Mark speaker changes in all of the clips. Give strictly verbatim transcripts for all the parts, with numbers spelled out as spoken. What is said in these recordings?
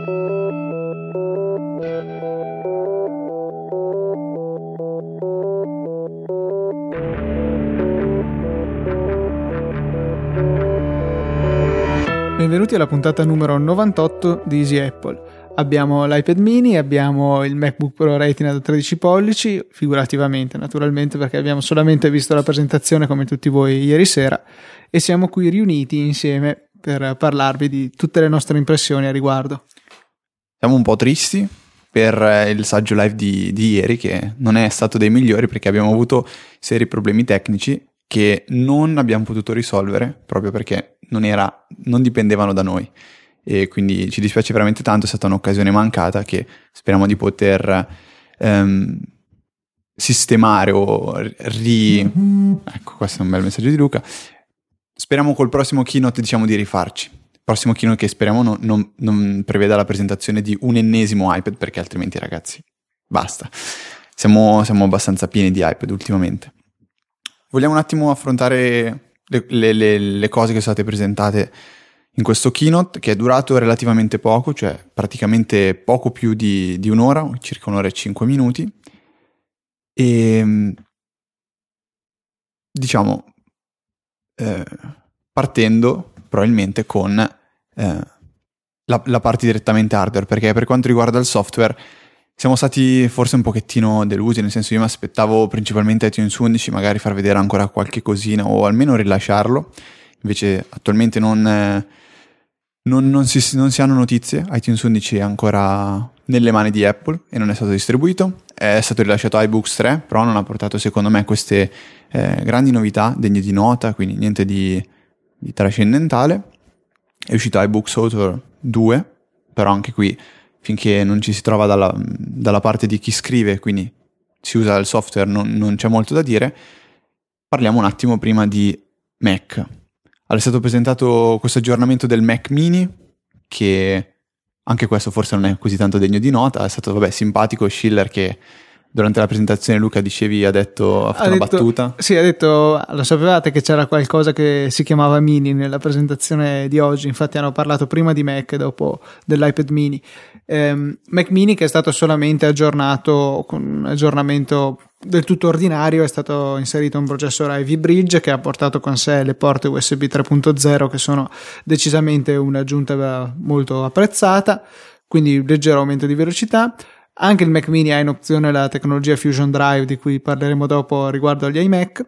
Speaker 1: Benvenuti alla puntata numero novantotto di Easy Apple. Abbiamo l'iPad mini, abbiamo il MacBook Pro Retina da tredici pollici, figurativamente naturalmente perché abbiamo solamente visto la presentazione come tutti voi ieri sera, e siamo qui riuniti insieme per parlarvi di tutte le nostre impressioni a riguardo.
Speaker 2: Siamo un po' tristi per il saggio live di, di ieri, che non è stato dei migliori perché abbiamo avuto seri problemi tecnici che non abbiamo potuto risolvere proprio perché non era, non dipendevano da noi, e quindi ci dispiace veramente tanto. È stata un'occasione mancata che speriamo di poter ehm, sistemare o ri... ecco, questo è un bel messaggio di Luca. Speriamo col prossimo keynote, diciamo, di rifarci. Il prossimo keynote che speriamo non, non, non preveda la presentazione di un ennesimo iPad, perché altrimenti, ragazzi, basta. Siamo, siamo abbastanza pieni di iPad ultimamente. Vogliamo un attimo affrontare le, le, le, le cose che sono state presentate in questo keynote, che è durato relativamente poco, cioè praticamente poco più di, di un'ora, circa un'ora e cinque minuti. E diciamo, eh, partendo probabilmente con eh, la, la parte direttamente hardware, perché per quanto riguarda il software siamo stati forse un pochettino delusi, nel senso io mi aspettavo principalmente iTunes undici, magari far vedere ancora qualche cosina o almeno rilasciarlo, invece attualmente non, eh, non, non, si, non si hanno notizie. iTunes undici è ancora nelle mani di Apple e non è stato distribuito. È stato rilasciato iBooks tre, però non ha portato secondo me queste eh, grandi novità degne di nota, quindi niente di, di trascendentale. È uscito iBooks Author due, però anche qui finché non ci si trova dalla, dalla parte di chi scrive, quindi si usa il software, non, non c'è molto da dire. Parliamo un attimo prima di Mac. Allora, è stato presentato questo aggiornamento del Mac mini, che anche questo forse non è così tanto degno di nota. È stato, vabbè, simpatico Schiller, che durante la presentazione, Luca, dicevi, ha detto, ha fatto ha una detto, battuta.
Speaker 1: Sì, ha detto, lo sapevate che c'era qualcosa che si chiamava mini nella presentazione di oggi, infatti hanno parlato prima di Mac e dopo dell'iPad mini. Um, Mac mini, che è stato solamente aggiornato con un aggiornamento del tutto ordinario, è stato inserito un processore Ivy Bridge che ha portato con sé le porte U S B tre punto zero, che sono decisamente un'aggiunta molto apprezzata, quindi leggero aumento di velocità. Anche il Mac mini ha in opzione la tecnologia Fusion Drive, di cui parleremo dopo riguardo agli iMac,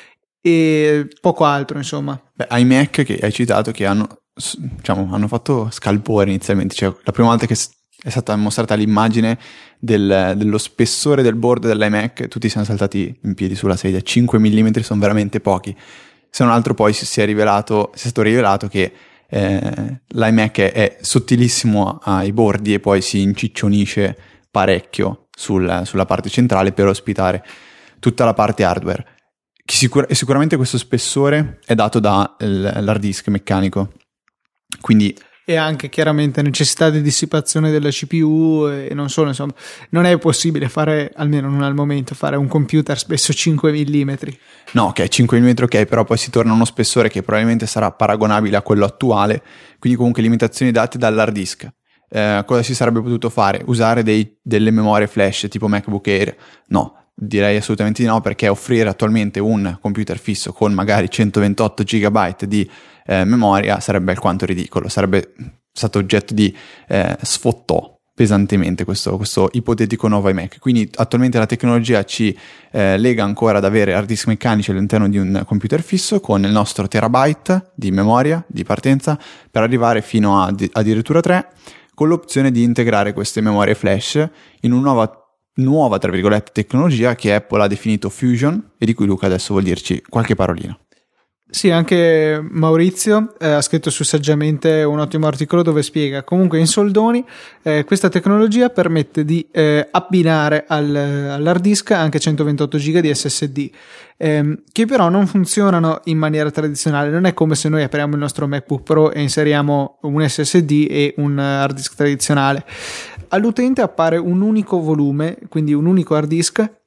Speaker 1: e poco altro, insomma.
Speaker 2: Beh, iMac che hai citato, che hanno, diciamo, hanno fatto scalpore inizialmente, cioè la prima volta che è stata mostrata l'immagine del, dello spessore del board dell'iMac, tutti siamo saltati in piedi sulla sedia. Cinque millimetri sono veramente pochi. Se non altro poi si è rivelato, si è stato rivelato che eh, l'iMac è, è sottilissimo ai bordi e poi si inciccionisce parecchio sul, sulla parte centrale per ospitare tutta la parte hardware. Sicur- e sicuramente questo spessore è dato dall'hard disk meccanico, quindi
Speaker 1: e anche chiaramente necessità di dissipazione della C P U, e non solo, insomma non è possibile fare, almeno non al momento, fare un computer spesso cinque millimetri.
Speaker 2: No, ok, cinque millimetri ok, però poi si torna a uno spessore che probabilmente sarà paragonabile a quello attuale, quindi comunque limitazioni date dall'hard disk. Eh, cosa si sarebbe potuto fare? Usare dei, delle memorie flash tipo MacBook Air? No, direi assolutamente di no, perché offrire attualmente un computer fisso con magari centoventotto giga di eh, memoria sarebbe alquanto ridicolo, sarebbe stato oggetto di eh, sfottò pesantemente questo, questo ipotetico nuovo iMac. Quindi attualmente la tecnologia ci eh, lega ancora ad avere hard disk meccanici all'interno di un computer fisso con il nostro terabyte di memoria di partenza, per arrivare fino a di, addirittura tre, con l'opzione di integrare queste memorie flash in una nuova, nuova tra virgolette tecnologia che Apple ha definito Fusion, e di cui Luca adesso vuol dirci qualche parolina.
Speaker 1: Sì, anche Maurizio eh, ha scritto su Saggiamente un ottimo articolo dove spiega. Comunque, in soldoni, eh, questa tecnologia permette di eh, abbinare al, all'hard disk anche centoventotto giga di S S D, ehm, che però non funzionano in maniera tradizionale. Non è come se noi apriamo il nostro MacBook Pro e inseriamo un S S D e un hard disk tradizionale. All'utente appare un unico volume, quindi un unico hard disk,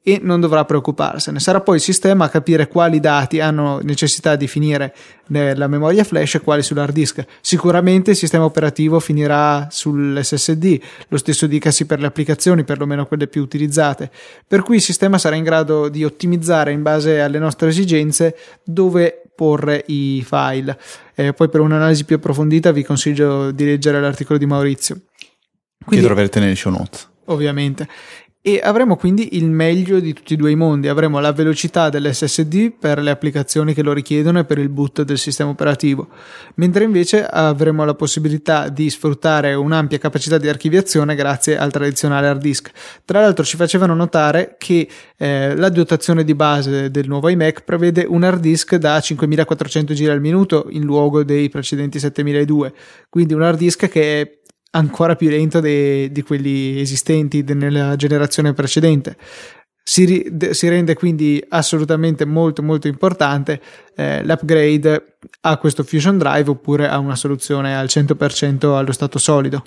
Speaker 1: e non dovrà preoccuparsene. Sarà poi il sistema a capire quali dati hanno necessità di finire nella memoria flash e quali sull'hard disk. Sicuramente il sistema operativo finirà sull'esse esse di, lo stesso dicasi per le applicazioni, perlomeno quelle più utilizzate, per cui il sistema sarà in grado di ottimizzare in base alle nostre esigenze dove porre i file. Eh, poi per un'analisi più approfondita vi consiglio di leggere l'articolo di Maurizio.
Speaker 2: Quindi, che troverete nelle show notes.
Speaker 1: Ovviamente. E avremo quindi il meglio di tutti e due i mondi. Avremo la velocità dell'esse esse di per le applicazioni che lo richiedono e per il boot del sistema operativo, mentre invece avremo la possibilità di sfruttare un'ampia capacità di archiviazione grazie al tradizionale hard disk. Tra l'altro ci facevano notare che eh, la dotazione di base del nuovo iMac prevede un hard disk da cinquemilaquattrocento giri al minuto in luogo dei precedenti settemiladuecento, quindi un hard disk che è ancora più lento de, di quelli esistenti de, nella generazione precedente. Si, ri, de, si rende quindi assolutamente molto molto importante eh, l'upgrade a questo Fusion Drive oppure a una soluzione al cento per cento allo stato solido.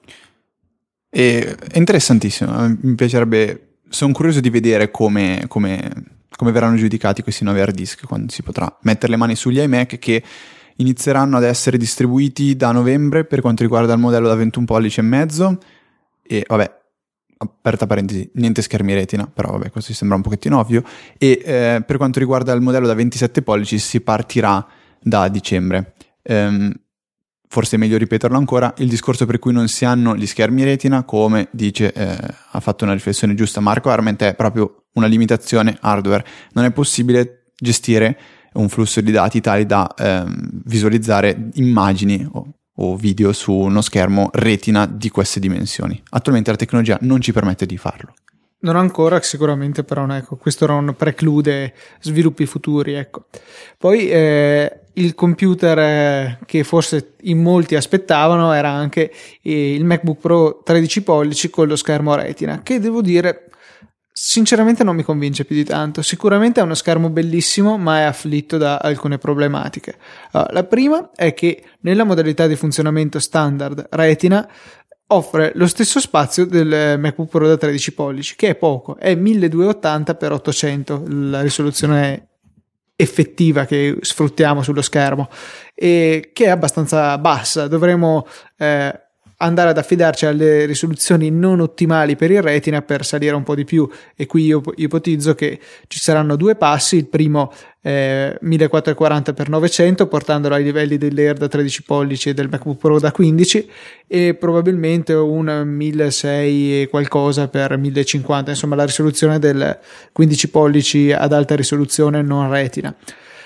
Speaker 2: E, è interessantissimo, mi piacerebbe, sono curioso di vedere come, come, come verranno giudicati questi nuovi hard disk, quando si potrà mettere le mani sugli iMac che inizieranno ad essere distribuiti da novembre per quanto riguarda il modello da ventuno pollici e mezzo e vabbè, aperta parentesi, niente schermi retina, però vabbè, questo sembra un pochettino ovvio, e eh, per quanto riguarda il modello da ventisette pollici si partirà da dicembre. Ehm, forse è meglio ripeterlo ancora, il discorso per cui non si hanno gli schermi retina, come dice, eh, ha fatto una riflessione giusta Marco Arment, è proprio una limitazione hardware, non è possibile gestire un flusso di dati tali da ehm, visualizzare immagini o, o video su uno schermo retina di queste dimensioni. Attualmente la tecnologia non ci permette di farlo.
Speaker 1: Non ancora, sicuramente, però ecco, questo non preclude sviluppi futuri. Ecco. Poi eh, il computer eh, che forse in molti aspettavano era anche eh, il MacBook Pro tredici pollici con lo schermo retina, che devo dire sinceramente non mi convince più di tanto. Sicuramente è uno schermo bellissimo, ma è afflitto da alcune problematiche. Allora, la prima è che nella modalità di funzionamento standard Retina offre lo stesso spazio del MacBook Pro da tredici pollici, che è poco, è milleduecentottanta per ottocento la risoluzione effettiva che sfruttiamo sullo schermo, e che è abbastanza bassa. Dovremo eh, andare ad affidarci alle risoluzioni non ottimali per il Retina per salire un po' di più, e qui io ipotizzo che ci saranno due passi. Il primo eh, millequattrocentoquaranta per novecento, portandolo ai livelli dell'Air da tredici pollici e del MacBook Pro da quindici, e probabilmente un milleseicento e qualcosa per millecinquanta, insomma la risoluzione del quindici pollici ad alta risoluzione non Retina.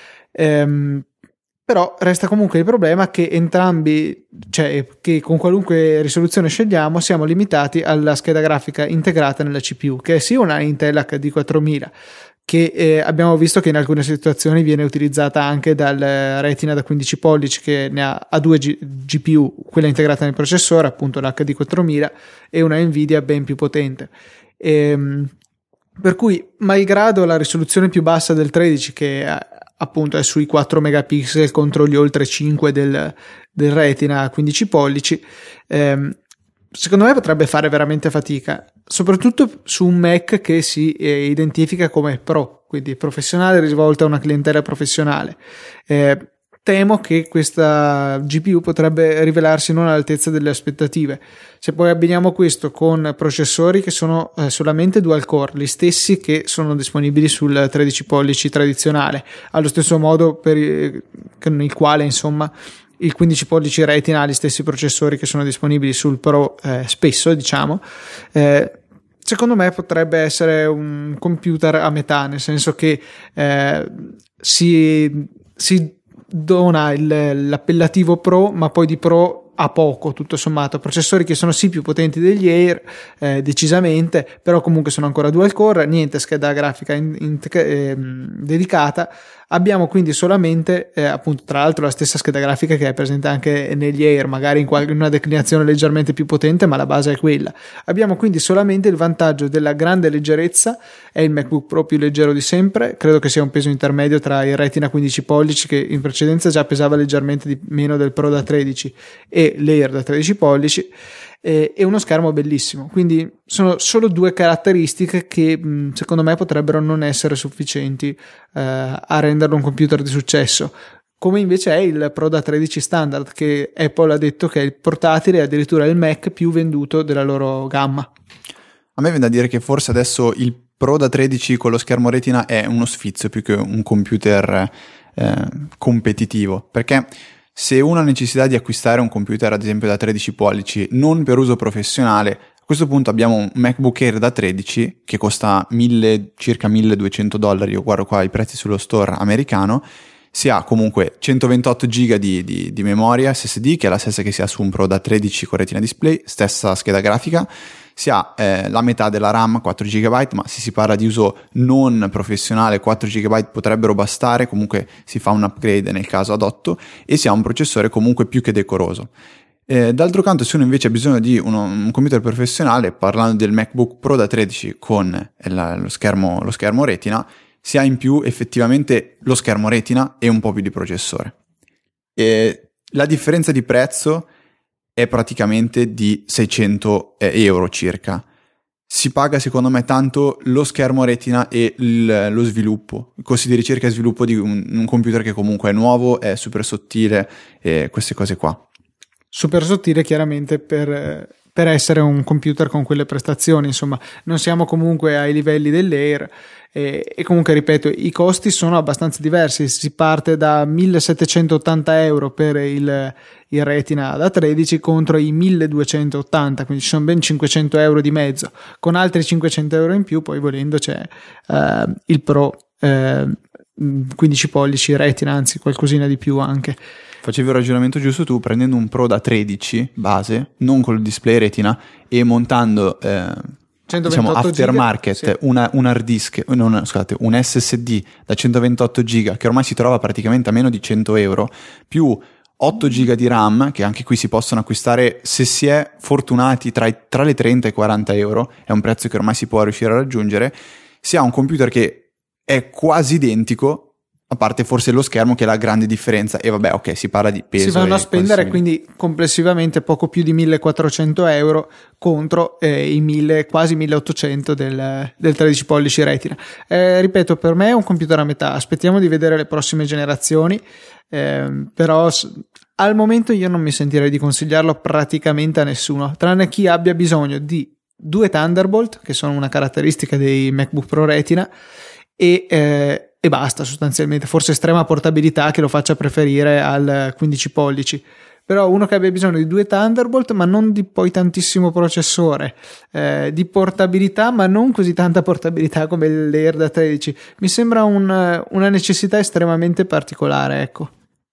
Speaker 1: ehm Però resta comunque il problema che entrambi, cioè che con qualunque risoluzione scegliamo, siamo limitati alla scheda grafica integrata nella C P U, che è sì una Intel H D quattromila, che eh, abbiamo visto che in alcune situazioni viene utilizzata anche dal Retina da quindici pollici, che ne ha, ha due G- GPU, quella integrata nel processore, appunto l'H D quattromila, e una Nvidia ben più potente. E, per cui, malgrado la risoluzione più bassa del tredici, che appunto è sui quattro megapixel contro gli oltre cinque del, del Retina a quindici pollici, ehm, secondo me potrebbe fare veramente fatica, soprattutto su un Mac che si eh, identifica come Pro, quindi professionale, rivolta a una clientela professionale. Eh, temo che questa G P U potrebbe rivelarsi non all'altezza delle aspettative. Se poi abbiniamo questo con processori che sono eh, solamente dual core, gli stessi che sono disponibili sul tredici pollici tradizionale, allo stesso modo per il, con il quale insomma il quindici pollici Retina ha gli stessi processori che sono disponibili sul Pro eh, spesso, diciamo, eh, secondo me potrebbe essere un computer a metà, nel senso che eh, si, si dona il, l'appellativo Pro, ma poi di Pro ha poco, tutto sommato. Processori che sono sì più potenti degli Air, eh, decisamente, però comunque sono ancora dual core, niente scheda grafica in, in, eh, dedicata. Abbiamo quindi solamente, eh, appunto, tra l'altro la stessa scheda grafica che è presente anche negli Air, magari in, qualche, in una declinazione leggermente più potente, ma la base è quella. Abbiamo quindi solamente il vantaggio della grande leggerezza, è il MacBook Pro più leggero di sempre, credo che sia un peso intermedio tra il Retina quindici pollici, che in precedenza già pesava leggermente di meno del Pro da tredici, e e l'Air da tredici pollici, eh, e uno schermo bellissimo. Quindi sono solo due caratteristiche che mh, secondo me potrebbero non essere sufficienti eh, a renderlo un computer di successo, come invece è il Pro da tredici standard, che Apple ha detto che è il portatile e addirittura il Mac più venduto della loro gamma.
Speaker 2: A me viene da dire che forse adesso il Pro da tredici con lo schermo Retina è uno sfizio più che un computer eh, competitivo, perché se uno ha necessità di acquistare un computer ad esempio da tredici pollici non per uso professionale, a questo punto abbiamo un MacBook Air da tredici che costa mille, circa milleduecento dollari, io guardo qua i prezzi sullo store americano. Si ha comunque centoventotto giga di, di, di memoria S S D, che è la stessa che si ha su un Pro da tredici con Retina Display, stessa scheda grafica. Si ha eh, la metà della RAM, quattro giga, ma se si parla di uso non professionale quattro giga potrebbero bastare, comunque si fa un upgrade nel caso ad otto, e si ha un processore comunque più che decoroso. Eh, d'altro canto, se uno invece ha bisogno di uno, un computer professionale, parlando del MacBook Pro da tredici con la, lo, schermo, lo schermo Retina, si ha in più effettivamente lo schermo Retina e un po' più di processore. E la differenza di prezzo è praticamente di seicento euro circa. Si paga secondo me tanto lo schermo Retina e il, lo sviluppo, i costi di ricerca e sviluppo di un, un computer che comunque è nuovo, è super sottile e queste cose qua.
Speaker 1: Super sottile chiaramente per, per essere un computer con quelle prestazioni, insomma non siamo comunque ai livelli dell'Air. E, e comunque ripeto, i costi sono abbastanza diversi, si parte da millesettecentottanta euro per il, il Retina da tredici contro i milleduecentottanta, quindi ci sono ben cinquecento euro di mezzo, con altri cinquecento euro in più poi volendo c'è uh, il Pro uh, quindici pollici Retina, anzi qualcosina di più anche.
Speaker 2: Facevi il ragionamento giusto tu, prendendo un Pro da tredici base, non col display Retina, e montando eh, diciamo aftermarket giga, sì. una, un hard disk, non, scusate, un S S D da centoventotto giga che ormai si trova praticamente a meno di cento euro, più otto giga di RAM che anche qui si possono acquistare se si è fortunati tra, i, tra le trenta e i quaranta euro, è un prezzo che ormai si può riuscire a raggiungere. Si ha un computer che è quasi identico, a parte forse lo schermo che è la grande differenza, e vabbè, ok, si parla di peso.
Speaker 1: Si vanno a spendere quindi complessivamente poco più di millequattrocento euro contro eh, i mille, quasi milleottocento del, del tredici pollici Retina. Eh, ripeto, per me è un computer a metà, aspettiamo di vedere le prossime generazioni, eh, però s- al momento io non mi sentirei di consigliarlo praticamente a nessuno, tranne chi abbia bisogno di due Thunderbolt, che sono una caratteristica dei MacBook Pro Retina, e eh, e basta sostanzialmente, forse estrema portabilità che lo faccia preferire al quindici pollici, però uno che abbia bisogno di due Thunderbolt ma non di poi tantissimo processore, eh, di portabilità ma non così tanta portabilità come l'Air da tredici, mi sembra un, una necessità estremamente particolare, ecco.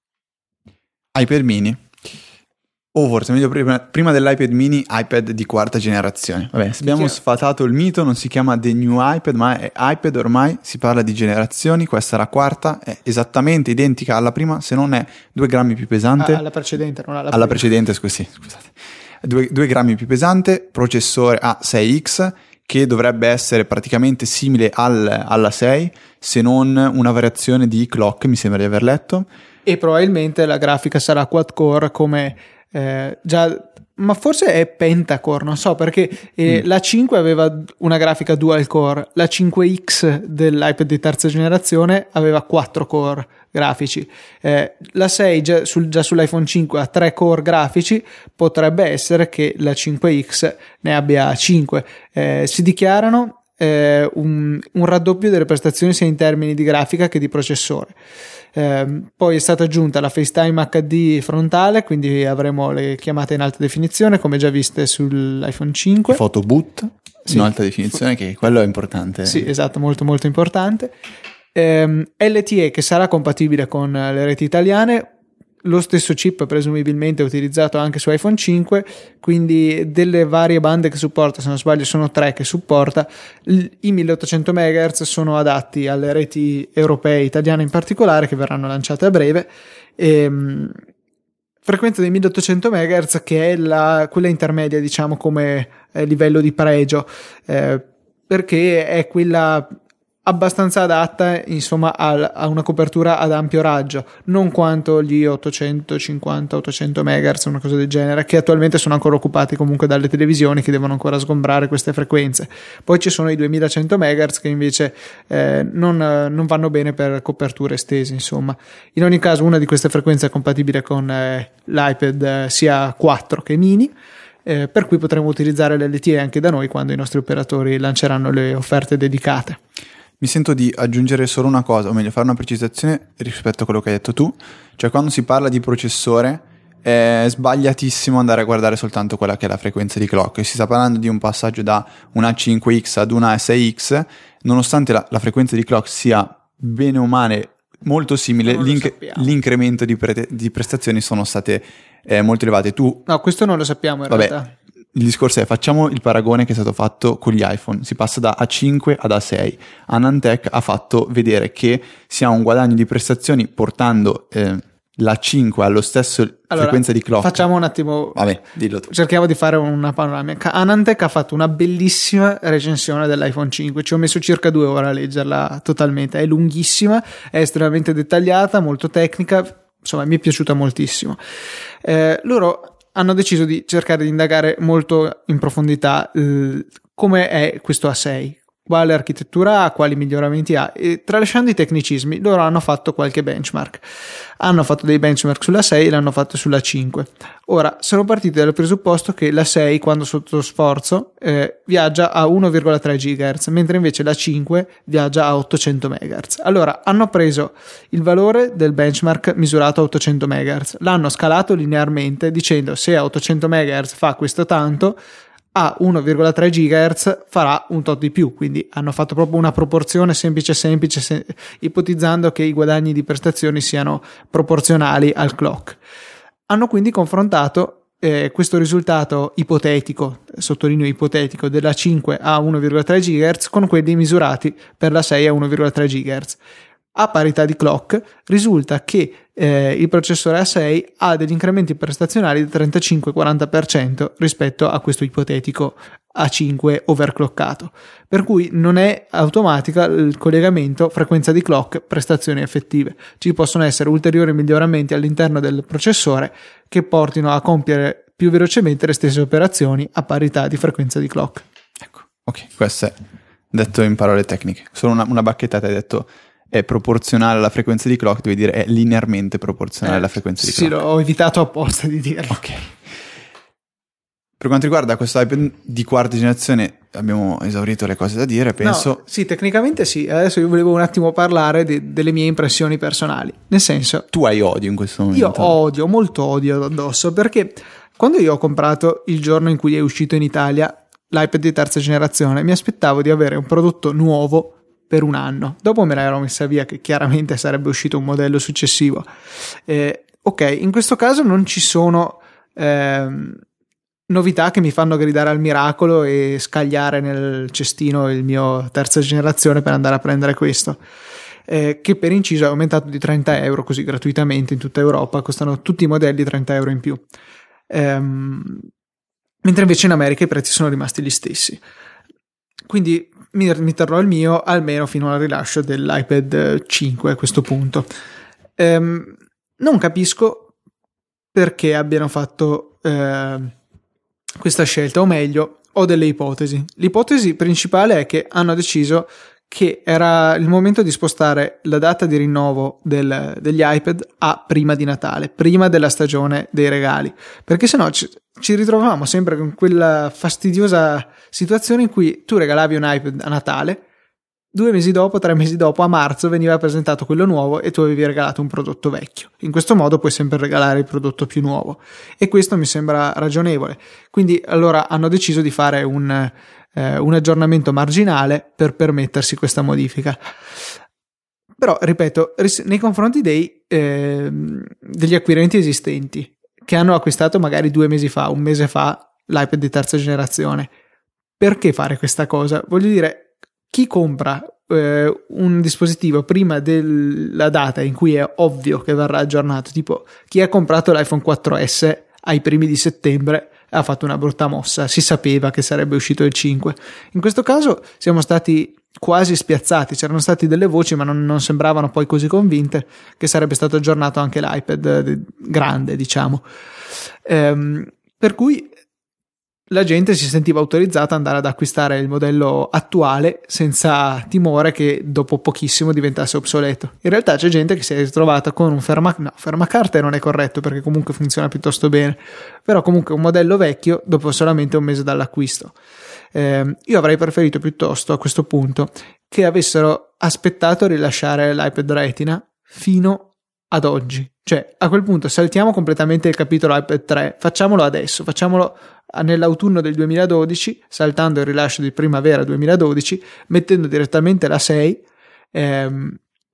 Speaker 2: iPad mini, o forse meglio prima, prima dell'iPad mini, iPad di quarta generazione. Vabbè, abbiamo chiama... sfatato il mito, non si chiama The New iPad, ma è iPad ormai, si parla di generazioni, questa è la quarta, è esattamente identica alla prima, se non è due grammi più pesante.
Speaker 1: Ah, alla precedente, non alla
Speaker 2: Alla prima. precedente, scusi, scusate. Due, due grammi più pesante, processore A sei X, che dovrebbe essere praticamente simile al, alla sei, se non una variazione di clock, mi sembra di aver letto.
Speaker 1: E probabilmente la grafica sarà quad core come... Eh, già, ma forse è pentacore, non so, perché eh, mm. la cinque aveva una grafica dual core, la cinque X dell'iPad di terza generazione aveva quattro core grafici, eh, la sei già, sul, già sull'iPhone cinque ha tre core grafici, potrebbe essere che la cinque X ne abbia cinque. Eh, si dichiarano eh, un, un raddoppio delle prestazioni sia in termini di grafica che di processore. Eh, poi è stata aggiunta la FaceTime acca di frontale, quindi avremo le chiamate in alta definizione come già viste sull'iPhone cinque.
Speaker 2: Photo boot sì. In alta definizione, che quello è importante.
Speaker 1: Sì, esatto, molto molto importante. Eh, L T E che sarà compatibile con le reti italiane, lo stesso chip presumibilmente utilizzato anche su iPhone cinque, quindi delle varie bande che supporta, se non sbaglio sono tre che supporta, i milleottocento megahertz sono adatti alle reti europee, italiane in particolare, che verranno lanciate a breve, e, mh, frequenza dei milleottocento megahertz che è la, quella intermedia, diciamo, come eh, livello di pregio, eh, perché è quella abbastanza adatta, insomma, a, a una copertura ad ampio raggio, non quanto gli ottocentocinquanta ottocento megahertz, una cosa del genere, che attualmente sono ancora occupati comunque dalle televisioni che devono ancora sgombrare queste frequenze. Poi ci sono i duemilacento megahertz che invece eh, non, non vanno bene per coperture estese, insomma. In ogni caso una di queste frequenze è compatibile con eh, l'iPad eh, sia quattro che mini, eh, per cui potremo utilizzare l'L T E anche da noi quando i nostri operatori lanceranno le offerte dedicate.
Speaker 2: Mi sento di aggiungere solo una cosa, o meglio fare una precisazione rispetto a quello che hai detto tu, cioè quando si parla di processore è sbagliatissimo andare a guardare soltanto quella che è la frequenza di clock. Si sta parlando di un passaggio da una A cinque X ad una A sei X, nonostante la, la frequenza di clock sia bene o male molto simile, l'inc- l'incremento di, pre- di prestazioni sono state eh, molto elevate. Tu,
Speaker 1: no, questo non lo sappiamo in
Speaker 2: vabbè,
Speaker 1: realtà.
Speaker 2: Il discorso è, facciamo il paragone che è stato fatto con gli iPhone, si passa da A cinque ad A sei. AnandTech ha fatto vedere che si ha un guadagno di prestazioni portando eh, l'A cinque allo stesso
Speaker 1: allora,
Speaker 2: frequenza di clock.
Speaker 1: Facciamo un attimo,
Speaker 2: vabbè, dillo tu.
Speaker 1: Cerchiamo di fare una panoramica. AnandTech ha fatto una bellissima recensione dell'iPhone cinque, ci ho messo circa due ore a leggerla totalmente, è lunghissima, è estremamente dettagliata, molto tecnica, insomma mi è piaciuta moltissimo. Eh, loro hanno deciso di cercare di indagare molto in profondità eh, come è questo A sei, quale architettura ha, quali miglioramenti ha, e tralasciando i tecnicismi loro hanno fatto qualche benchmark, hanno fatto dei benchmark sulla sei e l'hanno fatto sulla cinque. Ora sono partiti dal presupposto che la sei quando sotto sforzo eh, viaggia a uno virgola tre gigahertz, mentre invece la cinque viaggia a ottocento megahertz. Allora hanno preso il valore del benchmark misurato a ottocento megahertz, l'hanno scalato linearmente dicendo se a ottocento megahertz fa questo tanto, a uno virgola tre gigahertz farà un tot di più, quindi hanno fatto proprio una proporzione semplice semplice se, ipotizzando che i guadagni di prestazioni siano proporzionali al clock. Hanno quindi confrontato eh, questo risultato ipotetico, sottolineo ipotetico, della cinque a uno virgola tre gigahertz con quelli misurati per la sei a uno virgola tre gigahertz. A parità di clock risulta che eh, il processore A sei ha degli incrementi prestazionali del trentacinque quaranta per cento rispetto a questo ipotetico A cinque overclockato, per cui non è automatica il collegamento frequenza di clock prestazioni effettive. Ci possono essere ulteriori miglioramenti all'interno del processore che portino a compiere più velocemente le stesse operazioni a parità di frequenza di clock.
Speaker 2: Ecco, ok, questo è detto in parole tecniche. Solo una, una bacchettata, hai detto è proporzionale alla frequenza di clock, devi dire è linearmente proporzionale eh, alla frequenza di
Speaker 1: sì,
Speaker 2: clock.
Speaker 1: Sì, l'ho evitato apposta di dirlo.
Speaker 2: Ok. Per quanto riguarda questo iPad di quarta generazione abbiamo esaurito le cose da dire, penso.
Speaker 1: No, sì, tecnicamente sì. Adesso io volevo un attimo parlare de- delle mie impressioni personali. Nel senso,
Speaker 2: tu hai odio in questo momento.
Speaker 1: Io odio, molto odio addosso, perché quando io ho comprato il giorno in cui è uscito in Italia l'iPad di terza generazione mi aspettavo di avere un prodotto nuovo per un anno. Dopo me l'ero messa via che chiaramente sarebbe uscito un modello successivo. Eh, ok, in questo caso non ci sono ehm, novità che mi fanno gridare al miracolo e scagliare nel cestino il mio terza generazione per andare a prendere questo, eh, che per inciso è aumentato di trenta euro così gratuitamente in tutta Europa, costano tutti i modelli trenta euro in più, ehm, mentre invece in America i prezzi sono rimasti gli stessi. Quindi mi, mi terrò il mio almeno fino al rilascio dell'iPad cinque a questo punto. Ehm, non capisco perché abbiano fatto eh, questa scelta, o meglio, ho delle ipotesi. L'ipotesi principale è che hanno deciso che era il momento di spostare la data di rinnovo del, degli iPad a prima di Natale, prima della stagione dei regali, perché sennò ci, ci ritrovavamo sempre con quella fastidiosa situazione in cui tu regalavi un iPad a Natale, due mesi dopo, tre mesi dopo, a marzo veniva presentato quello nuovo e tu avevi regalato un prodotto vecchio. In questo modo puoi sempre regalare il prodotto più nuovo, e questo mi sembra ragionevole. Quindi allora hanno deciso di fare un, eh, un aggiornamento marginale per permettersi questa modifica. Però, ripeto, nei confronti dei, eh, degli acquirenti esistenti che hanno acquistato magari due mesi fa, un mese fa l'iPad di terza generazione, perché fare questa cosa? Voglio dire, chi compra eh, un dispositivo prima della data in cui è ovvio che verrà aggiornato, tipo chi ha comprato l'iPhone quattro esse ai primi di settembre ha fatto una brutta mossa, si sapeva che sarebbe uscito il cinque. In questo caso siamo stati quasi spiazzati. C'erano state delle voci, ma non, non sembravano poi così convinte che sarebbe stato aggiornato anche l'iPad grande, diciamo. Ehm, per cui la gente si sentiva autorizzata ad andare ad acquistare il modello attuale senza timore che dopo pochissimo diventasse obsoleto. In realtà c'è gente che si è ritrovata con un ferma, no, fermacarte non è corretto perché comunque funziona piuttosto bene, però comunque un modello vecchio dopo solamente un mese dall'acquisto. Eh, io avrei preferito piuttosto a questo punto che avessero aspettato a rilasciare l'iPad Retina fino ad oggi. Cioè, a quel punto saltiamo completamente il capitolo iPad tre, facciamolo adesso, facciamolo nell'autunno del duemiladodici, saltando il rilascio di primavera duemiladodici, mettendo direttamente la sei ehm,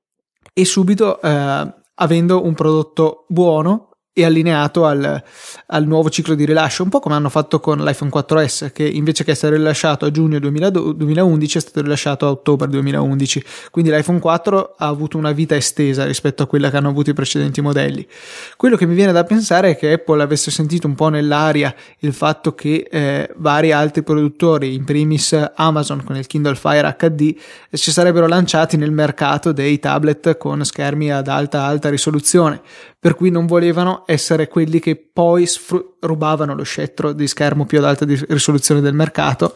Speaker 1: e subito eh, avendo un prodotto buono e allineato al, al nuovo ciclo di rilascio, un po' come hanno fatto con l'iPhone quattro esse, che invece che essere rilasciato a giugno duemilaundici è stato rilasciato a ottobre duemilaundici, quindi l'iPhone quattro ha avuto una vita estesa rispetto a quella che hanno avuto i precedenti modelli. Quello che mi viene da pensare è che Apple avesse sentito un po' nell'aria il fatto che eh, vari altri produttori, in primis Amazon con il Kindle Fire acca di, si sarebbero lanciati nel mercato dei tablet con schermi ad alta alta risoluzione, per cui non volevano essere quelli che poi sfru- rubavano lo scettro di schermo più ad alta di risoluzione del mercato,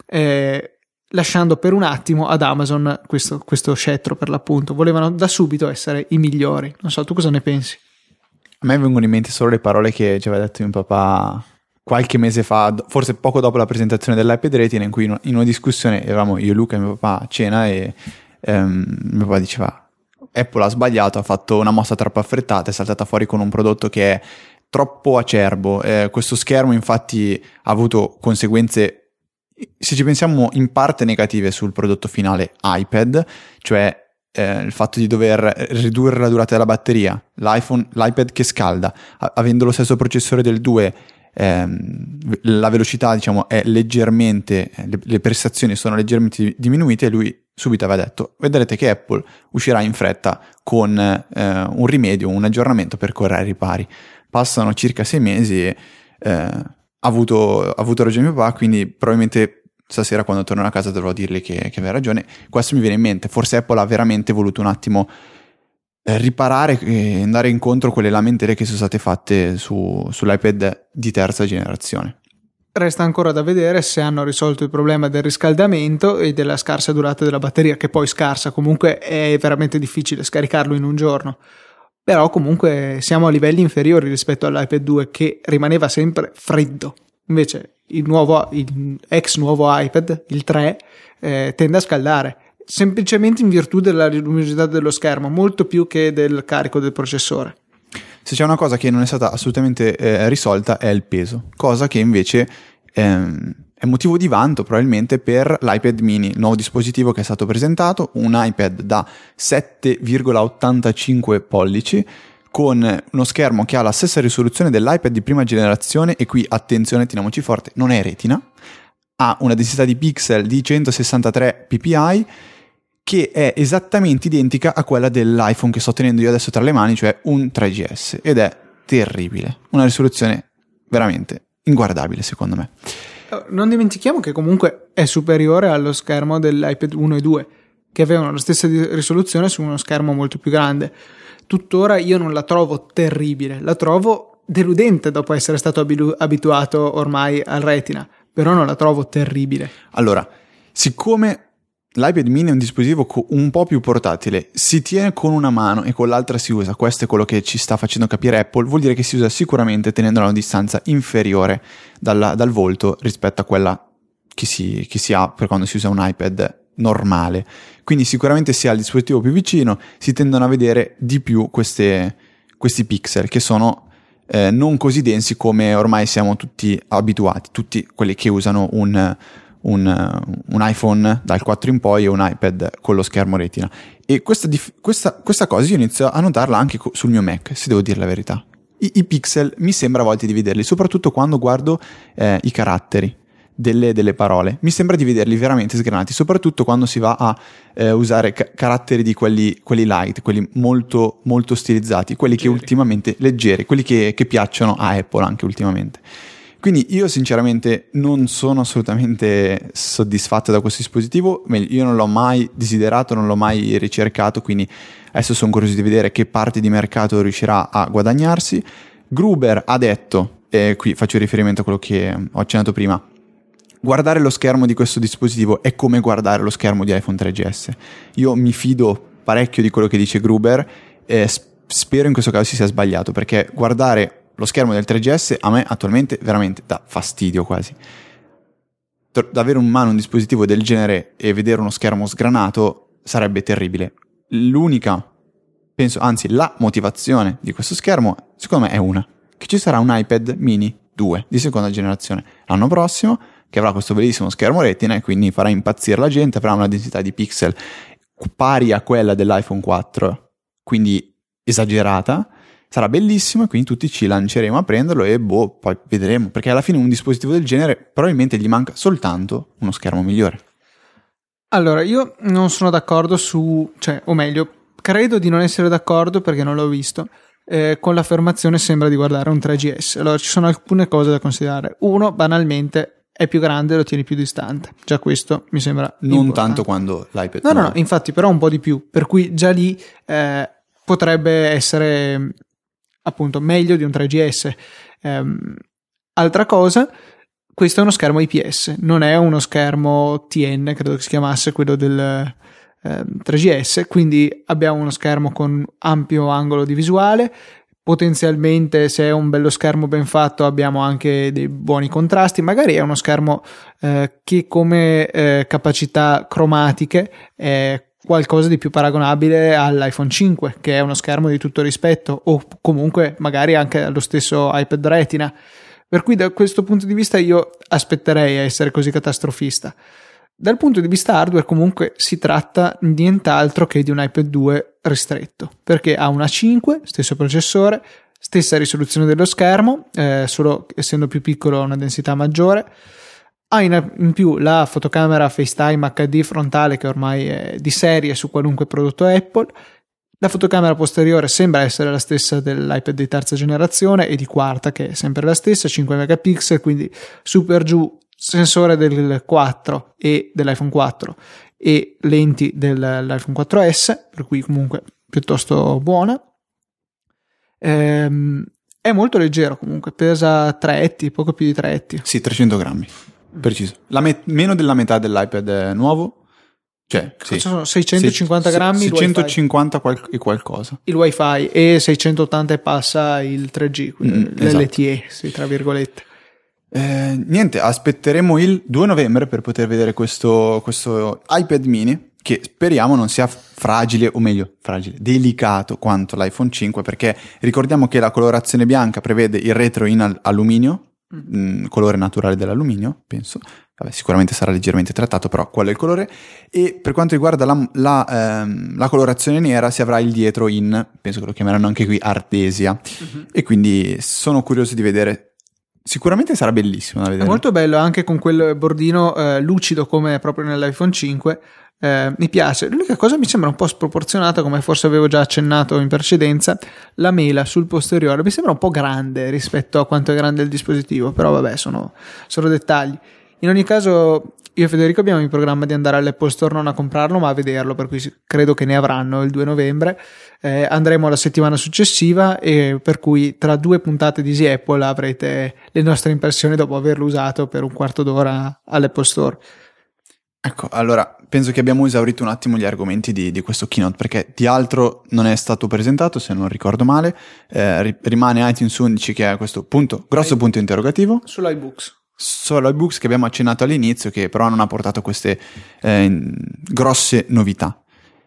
Speaker 1: eh, lasciando per un attimo ad Amazon questo, questo scettro, per l'appunto. Volevano da subito essere i migliori. Non so, tu cosa ne pensi?
Speaker 2: A me vengono in mente solo le parole che ci aveva detto mio papà qualche mese fa, forse poco dopo la presentazione dell'iPad Retina, in cui in una discussione eravamo io, Luca e mio papà a cena e ehm, mio papà diceva: Apple ha sbagliato, ha fatto una mossa troppo affrettata, è saltata fuori con un prodotto che è troppo acerbo. Eh, questo schermo infatti ha avuto conseguenze, se ci pensiamo, in parte negative sul prodotto finale iPad, cioè eh, il fatto di dover ridurre la durata della batteria, l'iPhone, l'iPad che scalda, a- avendo lo stesso processore del due, ehm, la velocità diciamo è leggermente, le, le prestazioni sono leggermente diminuite, e lui subito aveva detto: vedrete che Apple uscirà in fretta con eh, un rimedio, un aggiornamento per correre ai ripari. Passano circa sei mesi e eh, ha avuto, ha avuto ragione mio papà, quindi probabilmente stasera quando torno a casa dovrò dirgli che, che aveva ragione. Questo mi viene in mente, forse Apple ha veramente voluto un attimo eh, riparare e andare incontro a quelle lamentele che sono state fatte su, sull'iPad di terza generazione.
Speaker 1: Resta ancora da vedere se hanno risolto il problema del riscaldamento e della scarsa durata della batteria, che poi scarsa, comunque è veramente difficile scaricarlo in un giorno, però comunque siamo a livelli inferiori rispetto all'iPad due, che rimaneva sempre freddo. Invece il nuovo, il ex nuovo iPad, il tre, eh, tende a scaldare, semplicemente in virtù della luminosità dello schermo, molto più che del carico del processore.
Speaker 2: Se c'è una cosa che non è stata assolutamente eh, risolta è il peso, cosa che invece ehm, è motivo di vanto probabilmente per l'iPad mini, il nuovo dispositivo che è stato presentato, un iPad da sette virgola ottantacinque pollici con uno schermo che ha la stessa risoluzione dell'iPad di prima generazione, e qui attenzione, teniamoci forte, non è Retina, ha una densità di pixel di centosessantatré ppi, che è esattamente identica a quella dell'iPhone che sto tenendo io adesso tra le mani, cioè un tre G S, ed è terribile, una risoluzione veramente inguardabile secondo me.
Speaker 1: Non dimentichiamo che comunque è superiore allo schermo dell'iPad uno e due, che avevano la stessa risoluzione su uno schermo molto più grande. Tuttora io non la trovo terribile, la trovo deludente dopo essere stato abilu- abituato ormai al Retina, però non la trovo terribile.
Speaker 2: Allora, siccome l'iPad mini è un dispositivo un po' più portatile, si tiene con una mano e con l'altra si usa, questo è quello che ci sta facendo capire Apple, vuol dire che si usa sicuramente tenendo una distanza inferiore dalla, dal volto rispetto a quella che si, che si ha per quando si usa un iPad normale. Quindi sicuramente si ha il dispositivo più vicino, si tendono a vedere di più queste, questi pixel che sono eh, non così densi come ormai siamo tutti abituati, tutti quelli che usano un Un, un iPhone dal quattro in poi e un iPad con lo schermo Retina, e questa, questa, questa cosa io inizio a notarla anche sul mio Mac, se devo dire la verità. I, i pixel mi sembra a volte di vederli, soprattutto quando guardo eh, i caratteri delle, delle parole, mi sembra di vederli veramente sgranati, soprattutto quando si va a eh, usare ca- caratteri di quelli, quelli light, quelli molto, molto stilizzati, quelli leggeri, che ultimamente leggeri, quelli che, che piacciono a Apple anche ultimamente. Quindi io sinceramente non sono assolutamente soddisfatto da questo dispositivo, io non l'ho mai desiderato, non l'ho mai ricercato, quindi adesso sono curioso di vedere che parte di mercato riuscirà a guadagnarsi. Gruber ha detto, e qui faccio riferimento a quello che ho accennato prima, guardare lo schermo di questo dispositivo è come guardare lo schermo di iPhone tre G S. Io mi fido parecchio di quello che dice Gruber e spero in questo caso si sia sbagliato, perché guardare lo schermo del tre G S a me attualmente veramente dà fastidio quasi. Da avere in mano un dispositivo del genere e vedere uno schermo sgranato sarebbe terribile. L'unica, penso, anzi la motivazione di questo schermo secondo me è una, che ci sarà un iPad mini due di seconda generazione l'anno prossimo, che avrà questo bellissimo schermo retina e quindi farà impazzire la gente, avrà una densità di pixel pari a quella dell'iPhone quattro, quindi esagerata. Sarà bellissimo e quindi tutti ci lanceremo a prenderlo e boh, poi vedremo, perché alla fine un dispositivo del genere probabilmente gli manca soltanto uno schermo migliore.
Speaker 1: Allora, io non sono d'accordo su, cioè, o meglio, credo di non essere d'accordo perché non l'ho visto, eh, con l'affermazione sembra di guardare un tre G S. Allora, ci sono alcune cose da considerare. Uno, banalmente, è più grande e lo tieni più distante. Già questo mi sembra
Speaker 2: non
Speaker 1: importante.
Speaker 2: Tanto quando l'iPad...
Speaker 1: No, no, no, infatti, però un po' di più, per cui già lì eh, potrebbe essere... appunto meglio di un tre G S. Um, altra cosa, questo è uno schermo I P S, non è uno schermo T N, credo che si chiamasse quello del eh, tre G S, quindi abbiamo uno schermo con ampio angolo di visuale, potenzialmente se è un bello schermo ben fatto abbiamo anche dei buoni contrasti, magari è uno schermo eh, che come eh, capacità cromatiche è qualcosa di più paragonabile all'iPhone cinque, che è uno schermo di tutto rispetto, o comunque magari anche allo stesso iPad Retina, per cui da questo punto di vista io aspetterei a essere così catastrofista. Dal punto di vista hardware comunque si tratta di nient'altro che di un iPad due ristretto, perché ha una cinque, stesso processore, stessa risoluzione dello schermo, eh, solo essendo più piccolo ha una densità maggiore. Ha in, in più la fotocamera FaceTime H D frontale, che ormai è di serie su qualunque prodotto Apple. La fotocamera posteriore sembra essere la stessa dell'iPad di terza generazione e di quarta, che è sempre la stessa, cinque megapixel, quindi su per giù sensore del quattro e dell'iPhone quattro e lenti dell'iPhone quattro S, per cui comunque piuttosto buona. Ehm, è molto leggero comunque, pesa tre etti, poco più di tre etti.
Speaker 2: Sì, trecento grammi. Preciso. La me- meno della metà dell'iPad nuovo, cioè sì.
Speaker 1: Sono seicentocinquanta grammi,
Speaker 2: seicentocinquanta qual- e qualcosa
Speaker 1: il wifi e seicentottanta e passa il tre G, quindi mm, l'L T E, esatto. Sì, tra virgolette.
Speaker 2: Eh, niente, aspetteremo il due novembre per poter vedere questo, questo iPad mini, che speriamo non sia fragile, o meglio fragile, delicato quanto l'iPhone cinque, perché ricordiamo che la colorazione bianca prevede il retro in al- alluminio, Mm, colore naturale dell'alluminio, penso. Vabbè, sicuramente sarà leggermente trattato, però quello è il colore. E per quanto riguarda la, la, ehm, la colorazione nera, si avrà il dietro in, penso che lo chiameranno anche qui, ardesia. Mm-hmm. E quindi sono curioso di vedere. Sicuramente sarà bellissimo da vedere.
Speaker 1: È molto bello anche con quel bordino eh, lucido come proprio nell'iPhone cinque. Eh, mi piace. L'unica cosa mi sembra un po' sproporzionata, come forse avevo già accennato in precedenza, la mela sul posteriore mi sembra un po' grande rispetto a quanto è grande il dispositivo, però vabbè, sono, sono dettagli. In ogni caso io e Federico abbiamo in programma di andare all'Apple Store, non a comprarlo ma a vederlo, per cui credo che ne avranno il due novembre. Eh, andremo la settimana successiva, e per cui tra due puntate di Easy Apple avrete le nostre impressioni dopo averlo usato per un quarto d'ora all'Apple Store.
Speaker 2: Ecco, allora penso che abbiamo esaurito un attimo gli argomenti di, di questo keynote, perché di altro non è stato presentato, se non ricordo male. Eh, rimane iTunes undici, che è questo punto, grosso punto interrogativo.
Speaker 1: Sull'iBooks.
Speaker 2: Sull'iBooks, che abbiamo accennato all'inizio, che però non ha portato queste eh, grosse novità.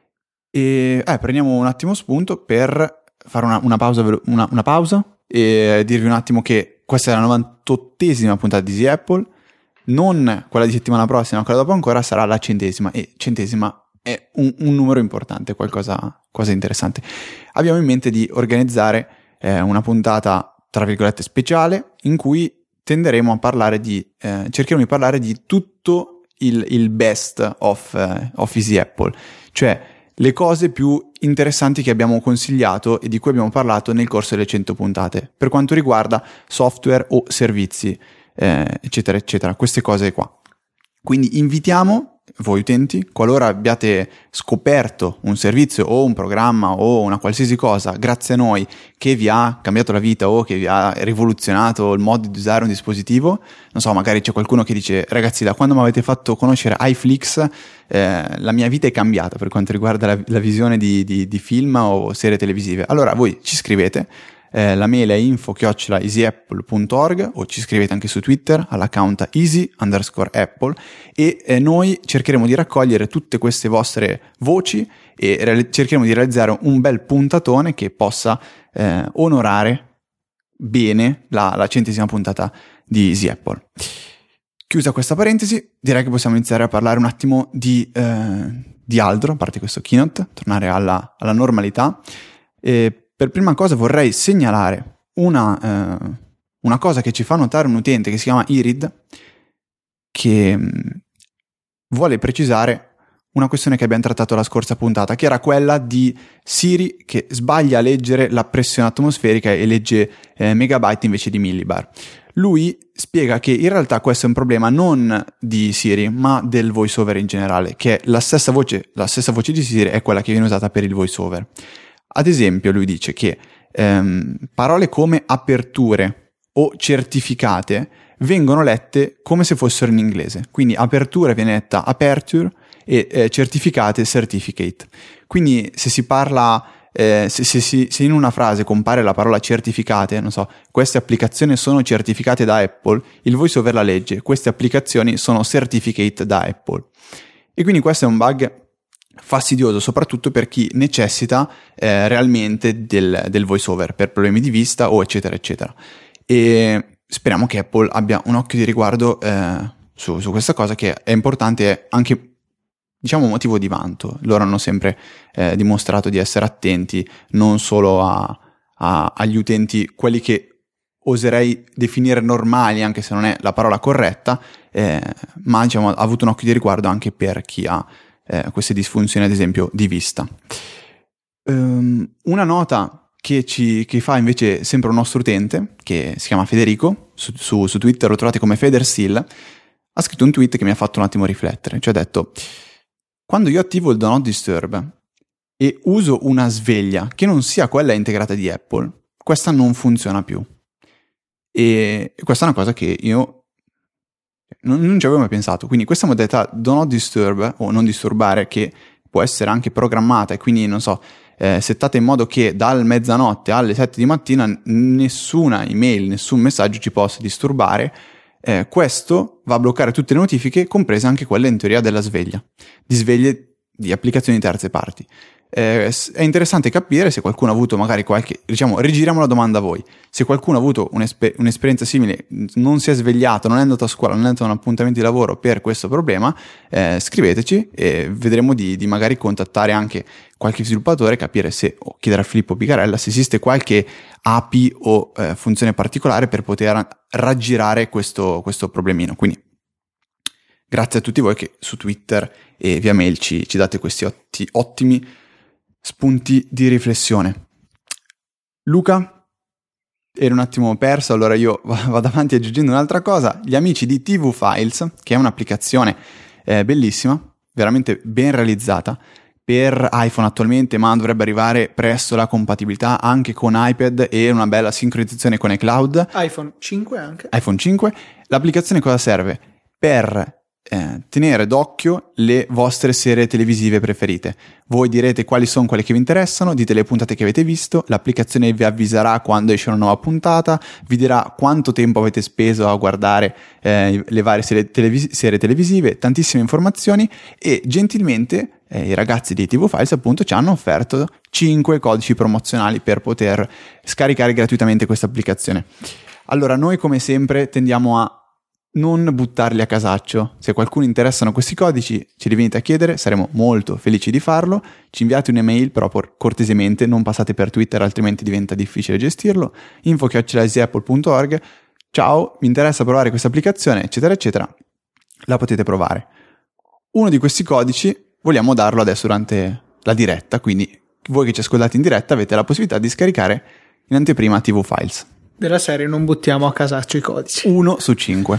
Speaker 2: E eh, prendiamo un attimo spunto per fare una, una, pausa, una, una pausa e dirvi un attimo che questa è la novantottesima puntata di Easy Apple. Non quella di settimana prossima, quella dopo ancora sarà la centesima, e centesima è un, un numero importante, qualcosa cosa interessante. Abbiamo in mente di organizzare eh, una puntata tra virgolette speciale, in cui tenderemo a parlare di eh, cercheremo di parlare di tutto il, il best of, eh, of Easy Apple, cioè le cose più interessanti che abbiamo consigliato e di cui abbiamo parlato nel corso delle cento puntate per quanto riguarda software o servizi. eh, eccetera, eccetera, queste cose qua. Quindi invitiamo voi utenti, qualora abbiate scoperto un servizio o un programma o una qualsiasi cosa grazie a noi che vi ha cambiato la vita o che vi ha rivoluzionato il modo di usare un dispositivo, non so, magari c'è qualcuno che dice ragazzi, da quando mi avete fatto conoscere iFlix eh, la mia vita è cambiata per quanto riguarda la, la visione di, di, di film o serie televisive. Allora voi ci scrivete. Eh, la mail è info chiocciola easyapple punto org o ci scrivete anche su Twitter all'account easy underscore apple e eh, noi cercheremo di raccogliere tutte queste vostre voci e reali- cercheremo di realizzare un bel puntatone che possa eh, onorare bene la, la centesima puntata di Easy Apple. Chiusa questa parentesi, direi che possiamo iniziare a parlare un attimo di, eh, di altro, a parte questo keynote, tornare alla, alla normalità. E per prima cosa vorrei segnalare una, eh, una cosa che ci fa notare un utente che si chiama Irid, che mh, vuole precisare una questione che abbiamo trattato la scorsa puntata, che era quella di Siri che sbaglia a leggere la pressione atmosferica e legge eh, megabyte invece di millibar. Lui spiega che in realtà questo è un problema non di Siri, ma del voiceover in generale, che la stessa voce, la stessa voce di Siri è quella che viene usata per il voiceover. Ad esempio, lui dice che ehm, parole come aperture o certificate vengono lette come se fossero in inglese. Quindi aperture viene letta aperture e eh, certificate certificate. Quindi se si parla, eh, se, se, se, se in una frase compare la parola certificate, non so, queste applicazioni sono certificate da Apple, il voiceover la legge, queste applicazioni sono certificate da Apple. E quindi questo è un bug fastidioso soprattutto per chi necessita eh, realmente del, del voiceover per problemi di vista o eccetera eccetera, e speriamo che Apple abbia un occhio di riguardo eh, su, su questa cosa, che è importante, è anche diciamo motivo di vanto. Loro hanno sempre eh, dimostrato di essere attenti non solo a, a, agli utenti, quelli che oserei definire normali anche se non è la parola corretta, eh, ma diciamo ha avuto un occhio di riguardo anche per chi ha Eh, queste disfunzioni ad esempio di vista. Um, una nota che ci che fa invece sempre un nostro utente, che si chiama Federico, su, su, su Twitter lo trovate come Federsil, ha scritto un tweet che mi ha fatto un attimo riflettere, cioè ha detto: quando io attivo il Do Not Disturb e uso una sveglia che non sia quella integrata di Apple, questa non funziona più. E questa è una cosa che io Non, non ci avevo mai pensato. Quindi questa modalità Do Not Disturb o non disturbare, che può essere anche programmata e quindi non so eh, settata in modo che dal mezzanotte alle sette di mattina nessuna email, nessun messaggio ci possa disturbare, eh, questo va a bloccare tutte le notifiche, comprese anche quelle in teoria della sveglia, di sveglie di applicazioni di terze parti. Eh, è interessante capire se qualcuno ha avuto magari qualche, diciamo, rigiriamo la domanda a voi, se qualcuno ha avuto un'esper- un'esperienza simile, non si è svegliato, non è andato a scuola, non è andato a un appuntamento di lavoro per questo problema, eh, scriveteci e vedremo di, di magari contattare anche qualche sviluppatore, capire se, o chiedere a Filippo Picarella se esiste qualche A P I o eh, funzione particolare per poter raggirare questo, questo problemino. Quindi grazie a tutti voi che su Twitter e via mail ci, ci date questi otti, ottimi spunti di riflessione. Luca, ero un attimo perso, allora io vado avanti aggiungendo un'altra cosa. Gli amici di T V Files, che è un'applicazione eh, bellissima, veramente ben realizzata per iPhone attualmente, ma dovrebbe arrivare presto la compatibilità anche con iPad e una bella sincronizzazione con iCloud.
Speaker 1: iPhone cinque anche.
Speaker 2: iPhone cinque. L'applicazione cosa serve? Per Eh, tenere d'occhio le vostre serie televisive preferite. Voi direte quali sono quelle che vi interessano, dite le puntate che avete visto, l'applicazione vi avviserà quando esce una nuova puntata, vi dirà quanto tempo avete speso a guardare eh, le varie serie, televis- serie televisive, tantissime informazioni, e gentilmente eh, i ragazzi di T V Files appunto ci hanno offerto cinque codici promozionali per poter scaricare gratuitamente questa applicazione. Allora noi come sempre tendiamo a non buttarli a casaccio. Se qualcuno interessano questi codici ce li venite a chiedere, saremo molto felici di farlo. Ci inviate un'email, però por- cortesemente non passate per Twitter, altrimenti diventa difficile gestirlo. info chiocciola easy apple punto org. Ciao, mi interessa provare questa applicazione, eccetera eccetera, la potete provare. Uno di questi codici vogliamo darlo adesso durante la diretta, quindi voi che ci ascoltate in diretta avete la possibilità di scaricare in anteprima T V Files.
Speaker 1: Della serie non buttiamo a casaccio i codici.
Speaker 2: Uno su cinque.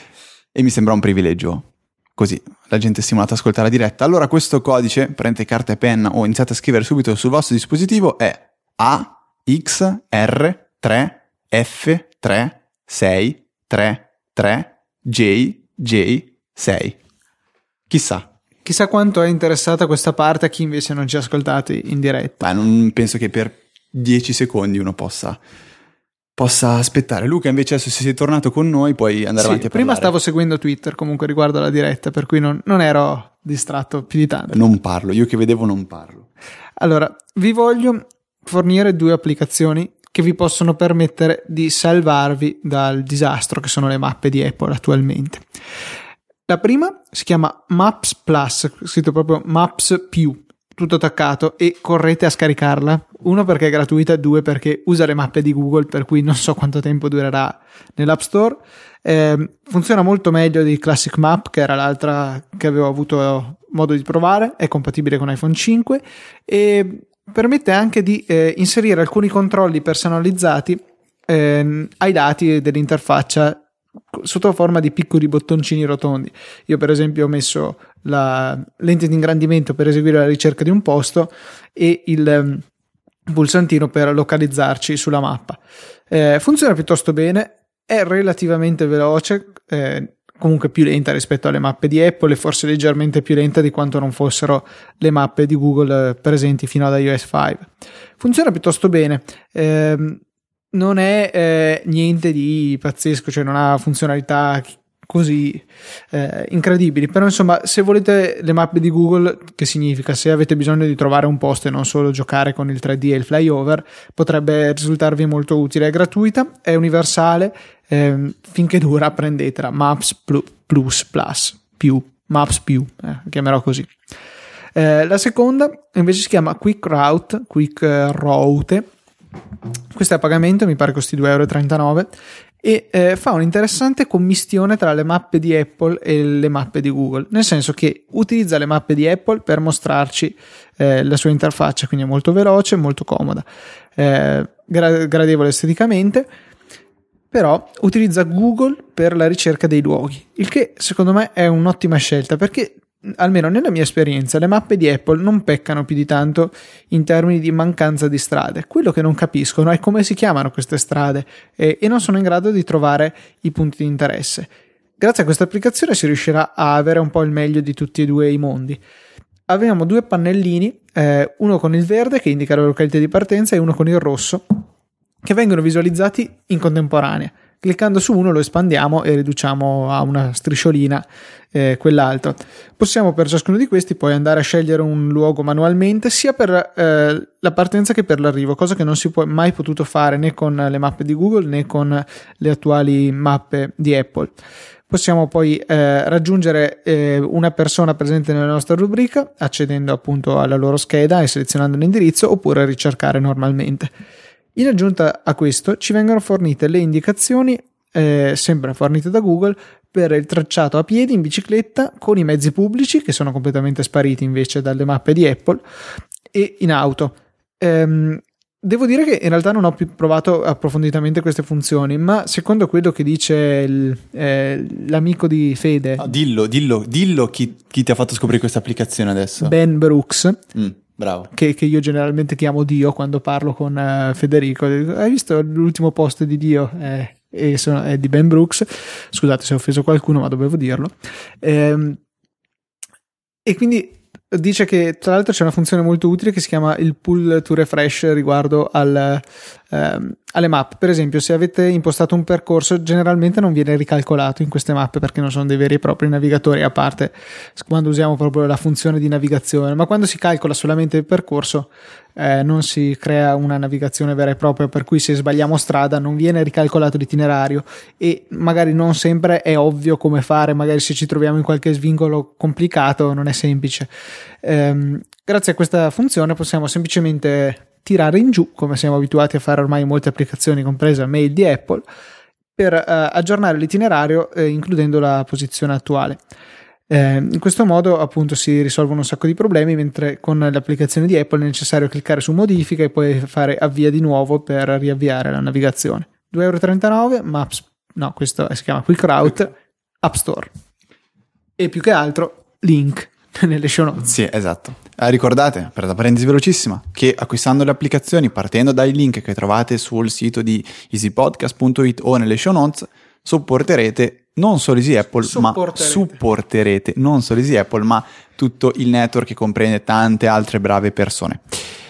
Speaker 2: E mi sembra un privilegio. Così la gente è stimolata ad ascoltare la diretta. Allora questo codice, prendete carta e penna o iniziate a scrivere subito sul vostro dispositivo, è A X R tre F tre sei tre tre J J sei. Chissà.
Speaker 1: Chissà quanto è interessata questa parte a chi invece non ci ha ascoltati in diretta.
Speaker 2: Ma non penso che per dieci secondi uno possa... possa aspettare. Luca invece adesso se sei tornato con noi puoi andare
Speaker 1: sì,
Speaker 2: avanti a parlare.
Speaker 1: Prima stavo seguendo Twitter comunque riguardo alla diretta, per cui non, non ero distratto più di tanto.
Speaker 2: Non parlo, io che vedevo non parlo.
Speaker 1: Allora, vi voglio fornire due applicazioni che vi possono permettere di salvarvi dal disastro che sono le mappe di Apple attualmente. La prima si chiama Maps Plus, scritto proprio Maps più, tutto attaccato, e correte a scaricarla. Uno perché è gratuita, due perché usa le mappe di Google, per cui non so quanto tempo durerà nell'App Store. Eh, funziona molto meglio di Classic Map, che era l'altra che avevo avuto modo di provare, è compatibile con iPhone cinque e permette anche di eh, inserire alcuni controlli personalizzati eh, ai lati dell'interfaccia sotto forma di piccoli bottoncini rotondi. Io per esempio ho messo la lente di ingrandimento per eseguire la ricerca di un posto e il um, pulsantino per localizzarci sulla mappa. Eh, funziona piuttosto bene, è relativamente veloce, eh, comunque più lenta rispetto alle mappe di Apple e forse leggermente più lenta di quanto non fossero le mappe di Google eh, presenti fino ad iOS cinque. Funziona piuttosto bene. Eh, non è eh, niente di pazzesco, cioè non ha funzionalità così eh, incredibili, però insomma se volete le mappe di Google, che significa se avete bisogno di trovare un posto e non solo giocare con il tre D e il flyover, potrebbe risultarvi molto utile. È gratuita, è universale, eh, finché dura prendetela. Maps plus plus, plus più Maps più, eh, chiamerò così. Eh, la seconda invece si chiama Quick Route, Quick Route. Questo è a pagamento, mi pare costi due e trentanove euro e eh, fa un'interessante commistione tra le mappe di Apple e le mappe di Google, nel senso che utilizza le mappe di Apple per mostrarci eh, la sua interfaccia, quindi è molto veloce, molto comoda, eh, gra- gradevole esteticamente, però utilizza Google per la ricerca dei luoghi, il che secondo me è un'ottima scelta, perché almeno nella mia esperienza le mappe di Apple non peccano più di tanto in termini di mancanza di strade. Quello che non capiscono è come si chiamano queste strade e, e non sono in grado di trovare i punti di interesse. Grazie a questa applicazione si riuscirà a avere un po' il meglio di tutti e due i mondi. Abbiamo due pannellini, eh, uno con il verde che indica la località di partenza e uno con il rosso, che vengono visualizzati in contemporanea. Cliccando su uno lo espandiamo e riduciamo a una strisciolina eh, quell'altro. Possiamo per ciascuno di questi poi andare a scegliere un luogo manualmente, sia per eh, la partenza che per l'arrivo, cosa che non si può mai potuto fare né con le mappe di Google né con le attuali mappe di Apple. Possiamo poi eh, raggiungere eh, una persona presente nella nostra rubrica accedendo appunto alla loro scheda e selezionando l'indirizzo, oppure ricercare normalmente. In aggiunta a questo ci vengono fornite le indicazioni, eh, sempre fornite da Google, per il tracciato a piedi, in bicicletta, con i mezzi pubblici, che sono completamente spariti invece dalle mappe di Apple, e in auto. Ehm, devo dire che in realtà non ho più provato approfonditamente queste funzioni, ma secondo quello che dice il, eh, l'amico di Fede...
Speaker 2: Ah, dillo, dillo, dillo chi, chi ti ha fatto scoprire questa applicazione adesso.
Speaker 1: Ben Brooks.
Speaker 2: Mm. Bravo.
Speaker 1: Che, che io generalmente chiamo Dio quando parlo con uh, Federico. Hai visto l'ultimo post di Dio? Eh, e sono, è di Ben Brooks. Scusate se ho offeso qualcuno, ma dovevo dirlo. Ehm, e quindi dice che tra l'altro c'è una funzione molto utile che si chiama il pull to refresh riguardo al, ehm, alle mappe. Per esempio, se avete impostato un percorso, generalmente non viene ricalcolato in queste mappe perché non sono dei veri e propri navigatori, a parte quando usiamo proprio la funzione di navigazione, ma quando si calcola solamente il percorso eh, non si crea una navigazione vera e propria, per cui se sbagliamo strada non viene ricalcolato l'itinerario e magari non sempre è ovvio come fare, magari se ci troviamo in qualche svincolo complicato non è semplice. Ehm, grazie a questa funzione possiamo semplicemente tirare in giù, come siamo abituati a fare ormai in molte applicazioni, compresa Mail di Apple, per eh, aggiornare l'itinerario eh, includendo la posizione attuale. Eh, in questo modo appunto si risolvono un sacco di problemi, mentre con l'applicazione di Apple è necessario cliccare su modifica e poi fare avvia di nuovo per riavviare la navigazione. due euro e trentanove, Maps, no, questo si chiama Quick Route, App Store. E più che altro, link nelle show notes.
Speaker 2: Sì, esatto. Eh, ricordate, per la parentesi velocissima, che acquistando le applicazioni partendo dai link che trovate sul sito di easypodcast punto it o nelle show notes, supporterete non solo Easy Apple,
Speaker 1: supporterete.
Speaker 2: ma supporterete non solo Easy Apple, ma tutto il network che comprende tante altre brave persone.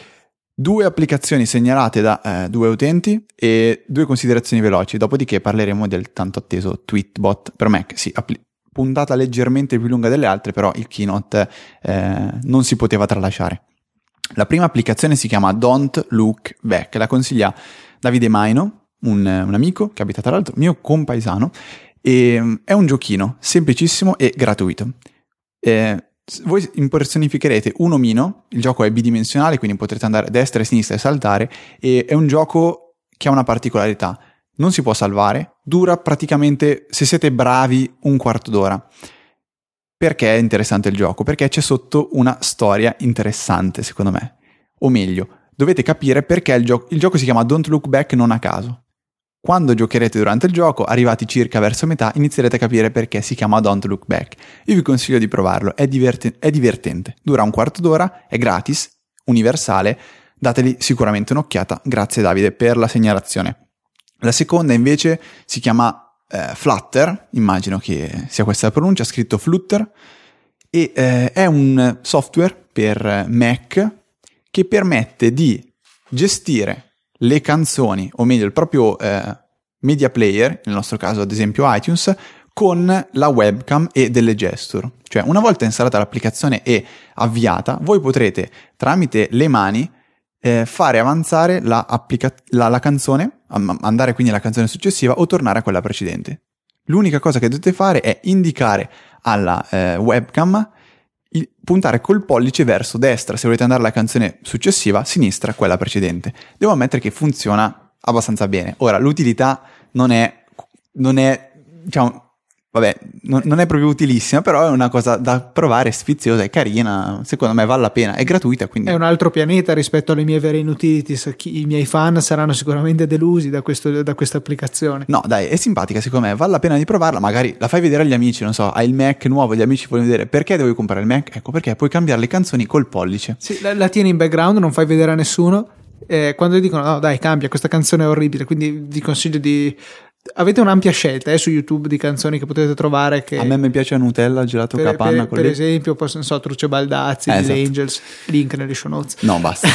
Speaker 2: Due applicazioni segnalate da eh, due utenti e due considerazioni veloci, dopodiché parleremo del tanto atteso Tweetbot per Mac. Sì, appli- puntata leggermente più lunga delle altre, però il keynote eh, non si poteva tralasciare. La prima applicazione si chiama Don't Look Back, la consiglia Davide Maino, un, un amico che abita tra l'altro mio compaesano, e è un giochino semplicissimo e gratuito. Eh, voi impersonificherete un omino, il gioco è bidimensionale, quindi potrete andare a destra e a sinistra e saltare, e è un gioco che ha una particolarità: non si può salvare, dura praticamente, se siete bravi, un quarto d'ora. Perché è interessante il gioco? Perché c'è sotto una storia interessante, secondo me. O meglio, dovete capire perché il, gio- il gioco si chiama Don't Look Back non a caso. Quando giocherete durante il gioco, arrivati circa verso metà, inizierete a capire perché si chiama Don't Look Back. Io vi consiglio di provarlo, è, diverte- è divertente, dura un quarto d'ora, è gratis, universale, dateli sicuramente un'occhiata. Grazie Davide per la segnalazione. La seconda invece si chiama eh, Flutter, immagino che sia questa la pronuncia, scritto Flutter, e eh, è un software per Mac che permette di gestire le canzoni, o meglio il proprio eh, media player, nel nostro caso ad esempio iTunes, con la webcam e delle gesture. Cioè, una volta installata l'applicazione e avviata, voi potrete tramite le mani eh, fare avanzare la, applica- la, la canzone, andare quindi alla canzone successiva o tornare a quella precedente. L'unica cosa che dovete fare è indicare alla eh, webcam, il, puntare col pollice verso destra se volete andare alla canzone successiva, sinistra quella precedente. Devo ammettere che funziona abbastanza bene. Ora, l'utilità non è, non è diciamo, vabbè, non, non è proprio utilissima, però è una cosa da provare, sfiziosa, è carina, secondo me vale la pena, è gratuita, quindi...
Speaker 1: È un altro pianeta rispetto alle mie vere inutilities. I miei fan saranno sicuramente delusi da, questo, da questa applicazione.
Speaker 2: No, dai, è simpatica, secondo me vale la pena di provarla, magari la fai vedere agli amici, non so, hai il Mac nuovo, gli amici vogliono vedere perché devi comprare il Mac, ecco perché puoi cambiare le canzoni col pollice.
Speaker 1: Sì, la, la tieni in background, non fai vedere a nessuno, eh, quando dicono no dai cambia, questa canzone è orribile, quindi vi consiglio di... Avete un'ampia scelta eh, su YouTube di canzoni che potete trovare che...
Speaker 2: A me mi piace Nutella, gelato
Speaker 1: per,
Speaker 2: capanna
Speaker 1: per, per esempio, posso, non so, Truce Baldazzi,
Speaker 2: eh,
Speaker 1: The
Speaker 2: esatto.
Speaker 1: Angels, link nelle show notes.
Speaker 2: No, basta.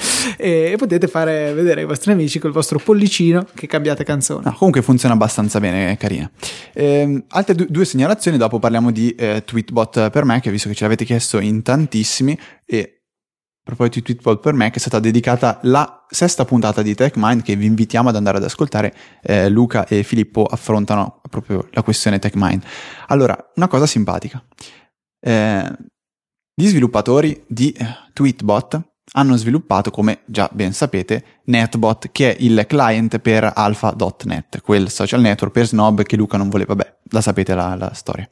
Speaker 1: e, e potete fare vedere ai vostri amici col vostro pollicino che cambiate canzone.
Speaker 2: No, comunque funziona abbastanza bene, è carina. Eh, altre du- due segnalazioni, dopo parliamo di eh, Tweetbot per Mac, visto che ce l'avete chiesto in tantissimi, e a proposito di Tweetbot per Mac è stata dedicata la sesta puntata di TechMind, che vi invitiamo ad andare ad ascoltare. eh, Luca e Filippo affrontano proprio la questione TechMind. Allora, una cosa simpatica, eh, gli sviluppatori di Tweetbot hanno sviluppato, come già ben sapete, Netbot, che è il client per alpha punto net, quel social network per snob che Luca non voleva. Vabbè, la sapete la, la storia.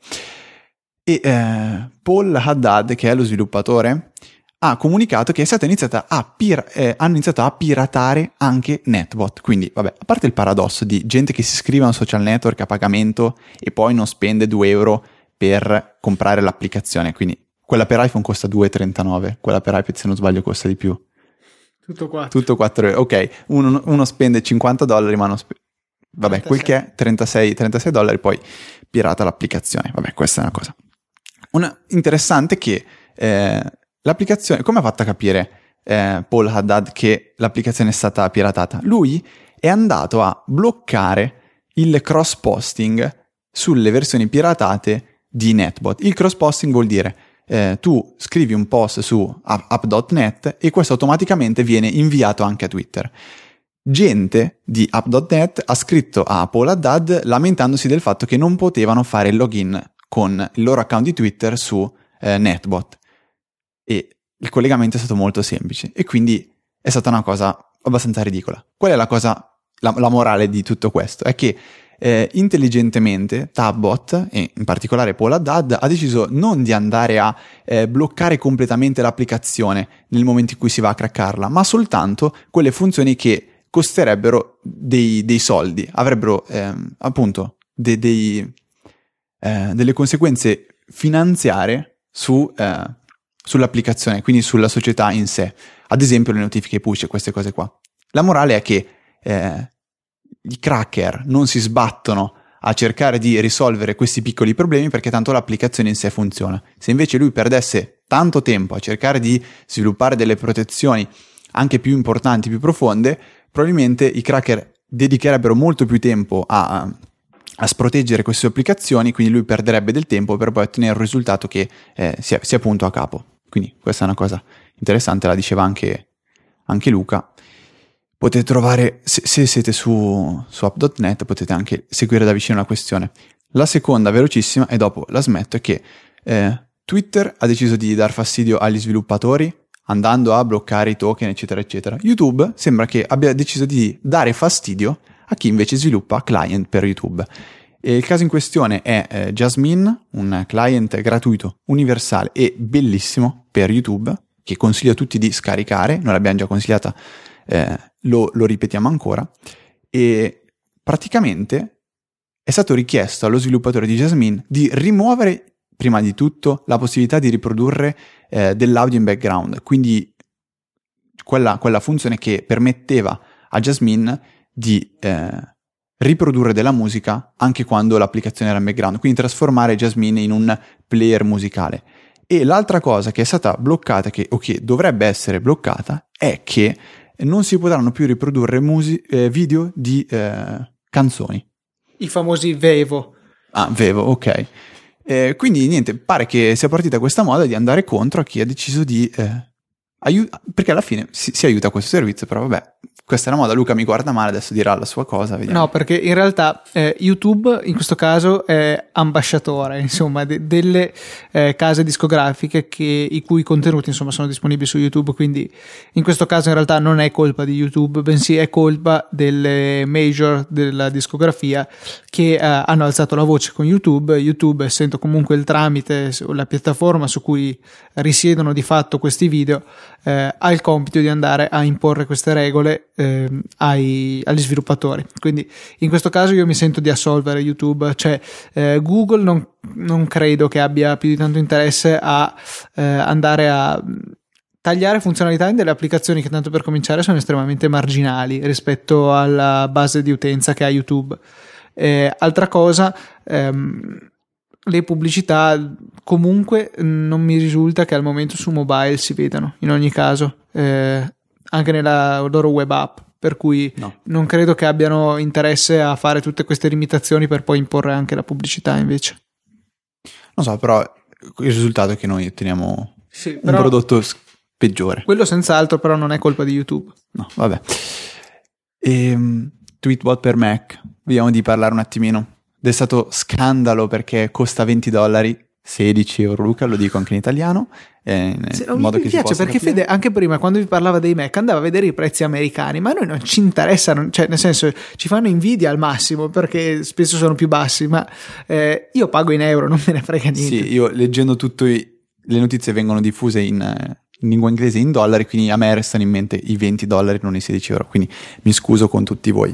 Speaker 2: E eh, Paul Haddad, che è lo sviluppatore, ha comunicato che è stata iniziata a pir- eh, hanno iniziato a piratare anche Netbot. Quindi, vabbè, a parte il paradosso di gente che si iscrive a un social network a pagamento e poi non spende due euro per comprare l'applicazione, quindi quella per iPhone costa due virgola trentanove, quella per iPad se non sbaglio costa di più.
Speaker 1: Tutto quattro.
Speaker 2: Tutto quattro euro. Ok, uno, uno spende cinquanta dollari, ma non spe- vabbè, quel che è trentasei, trentasei dollari, poi pirata l'applicazione. Vabbè, questa è una cosa. Una interessante che eh, l'applicazione, come ha fatto a capire eh, Paul Haddad che l'applicazione è stata piratata? Lui è andato a bloccare il cross posting sulle versioni piratate di Netbot. Il cross posting vuol dire eh, tu scrivi un post su app punto net e questo automaticamente viene inviato anche a Twitter. Gente di app punto net ha scritto a Paul Haddad lamentandosi del fatto che non potevano fare il login con il loro account di Twitter su eh, Netbot. E il collegamento è stato molto semplice e quindi è stata una cosa abbastanza ridicola. Qual è la cosa, la, la morale di tutto questo? È che eh, intelligentemente Tabbot, e in particolare Paul Haddad, ha deciso non di andare a eh, bloccare completamente l'applicazione nel momento in cui si va a craccarla, ma soltanto quelle funzioni che costerebbero dei, dei soldi, avrebbero ehm, appunto de, dei, eh, delle conseguenze finanziarie su, eh, sull'applicazione, quindi sulla società in sé, ad esempio le notifiche push e queste cose qua. La morale è che eh, i cracker non si sbattono a cercare di risolvere questi piccoli problemi perché tanto l'applicazione in sé funziona. Se invece lui perdesse tanto tempo a cercare di sviluppare delle protezioni anche più importanti, più profonde, probabilmente i cracker dedicherebbero molto più tempo a, a sproteggere queste applicazioni, quindi lui perderebbe del tempo per poi ottenere un risultato che eh, sia, sia punto a capo. Quindi questa è una cosa interessante, la diceva anche, anche Luca. Potete trovare, se, se siete su, su app punto net, potete anche seguire da vicino la questione. La seconda, velocissima, e dopo la smetto, è che eh, Twitter ha deciso di dar fastidio agli sviluppatori andando a bloccare i token, eccetera, eccetera. YouTube sembra che abbia deciso di dare fastidio a chi invece sviluppa client per YouTube. E il caso in questione è eh, Jasmine, un client gratuito, universale e bellissimo per YouTube, che consiglio a tutti di scaricare, noi l'abbiamo già consigliata, eh, lo, lo ripetiamo ancora, e praticamente è stato richiesto allo sviluppatore di Jasmine di rimuovere prima di tutto la possibilità di riprodurre eh, dell'audio in background, quindi quella, quella funzione che permetteva a Jasmine di eh, riprodurre della musica anche quando l'applicazione era in background, quindi trasformare Jasmine in un player musicale. E l'altra cosa che è stata bloccata, che, o che dovrebbe essere bloccata, è che non si potranno più riprodurre musi- eh, video di eh, canzoni.
Speaker 1: I famosi Vevo.
Speaker 2: Ah, Vevo, ok. Eh, quindi niente, pare che sia partita questa moda di andare contro a chi ha deciso di eh, aiutare, perché alla fine si, si aiuta questo servizio, però vabbè, questa è una moda. Luca mi guarda male, adesso dirà la sua cosa, vediamo.
Speaker 1: No, perché in realtà eh, YouTube in questo caso è ambasciatore, insomma, de- delle eh, case discografiche che, i cui contenuti insomma sono disponibili su YouTube, quindi in questo caso in realtà non è colpa di YouTube, bensì è colpa delle major della discografia che eh, hanno alzato la voce con YouTube. YouTube, essendo comunque il tramite, la piattaforma su cui risiedono di fatto questi video, eh, ha il compito di andare a imporre queste regole eh, ai, agli sviluppatori. Quindi in questo caso io mi sento di assolvere YouTube, cioè eh, Google non, non credo che abbia più di tanto interesse a eh, andare a tagliare funzionalità in delle applicazioni che, tanto per cominciare, sono estremamente marginali rispetto alla base di utenza che ha YouTube. Eh, altra cosa, ehm, le pubblicità comunque non mi risulta che al momento su mobile si vedano, in ogni caso, eh, anche nella loro web app, per cui
Speaker 2: no. Non
Speaker 1: credo che abbiano interesse a fare tutte queste limitazioni per poi imporre anche la pubblicità invece.
Speaker 2: Non so, però il risultato è che noi otteniamo
Speaker 1: sì,
Speaker 2: un prodotto peggiore.
Speaker 1: Quello senz'altro, però non è colpa di YouTube.
Speaker 2: No, vabbè. E, Tweetbot per Mac, vediamo di parlare un attimino. Ed è stato scandalo perché costa venti dollari, sedici euro, Luca, lo dico anche in italiano, eh,
Speaker 1: sì,
Speaker 2: in modo
Speaker 1: mi
Speaker 2: che
Speaker 1: piace
Speaker 2: si possa
Speaker 1: perché
Speaker 2: capire.
Speaker 1: Fede anche prima, quando vi parlava dei Mac, andava a vedere i prezzi americani, ma a noi non ci interessano, cioè nel senso ci fanno invidia al massimo perché spesso sono più bassi, ma eh, io pago in euro, non me ne frega niente.
Speaker 2: Sì, io leggendo tutto i, le notizie vengono diffuse in, in lingua inglese, in dollari, quindi a me restano in mente i venti dollari, non i sedici euro, quindi mi scuso con tutti voi.